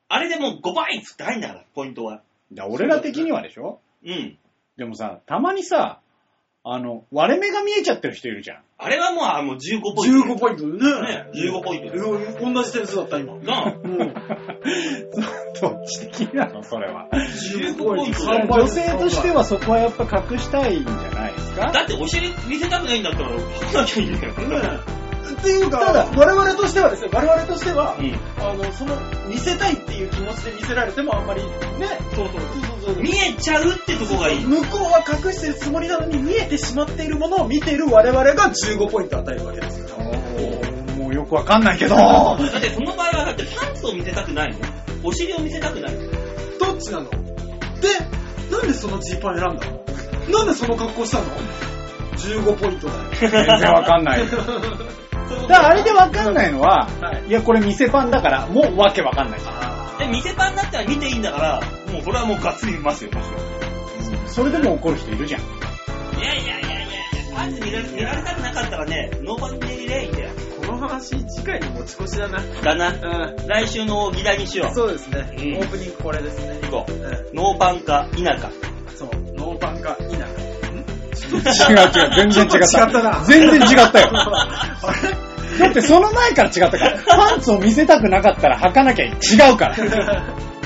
あれでもうごばいっつってないんだから、ポイントは。 いや俺ら的にはでしょ？ うん。 でもさ、たまにさ、あの、割れ目が見えちゃってる人いるじゃん。 あれはもう、あもうじゅうごポイント。 じゅうごポイントね。 ね、じゅうごポイント。 同じ点数だった、今。なあ。うん。 どっち的なのそれは。 じゅうごポイント。 女性としてはそこはやっぱ隠したいんじゃないですか？ だってお尻見せたくないんだったら、隠さなきゃいいんだよ。ね。 っていうか、我々としてはですね、我々としては、うん、あの、その、見せたいっていう気持ちで見せられてもあんまり、ね、 そうそうそうそう見えちゃうってとこがいい。 向こうは隠してるつもりなのに見えてしまっているものを見ている我々がじゅうごポイント与えるわけですから。 もうよくわかんないけど。 だってその場合はだってパンツを見せたくないの？お尻を見せたくないの？ どっちなの？で、なんでそのジーパン選んだの？なんでその格好したの？じゅうごポイントだよ。 全然わかんない。だからあれでわかんないのは、はい、いやこれ店パンだからもうわけわかんない。 で店パンだったら見ていいんだから、もうそれはもうガッツリ見ますよ、もちろん。 それでも怒る人いるじゃん。 いやいやいやいやいや、パンツ見られ、見られたくなかったらね、ノーパンで見ればいいんだよ。 この話次回に持ち越しだな。 だな。うん。来週の議題にしよう。 そうですね。うん、オープニングこれですね。 行こう。うん、ノーパンか否か。 そう。ノーパンか否か。 違う違う、全然違った。違ったな。全然違ったよ。あれだってその前から違ったから。パンツを見せたくなかったら履かなきゃいい。違うから。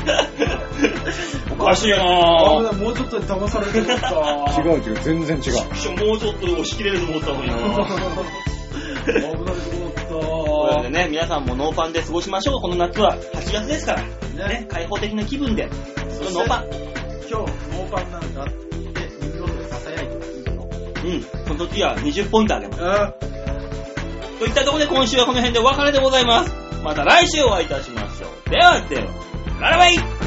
おかしいなぁ。 もうちょっとで騙されてるか。 違う違う、全然違う。もうちょっと押し切れると思ったのになぁ。 危ないと思った。 というわけでね、皆さんもノーパンで過ごしましょう。この夏ははちがつですから。ね。ね開放的な気分で。そのノーパン。 今日ノーパンなんだって耳元で囁いてもいいの？ うん。その時はにじゅうポイントあげます。といったところで今週はこの辺でお別れでございます。また来週お会いいたしましょう。ではでは、バイバイ。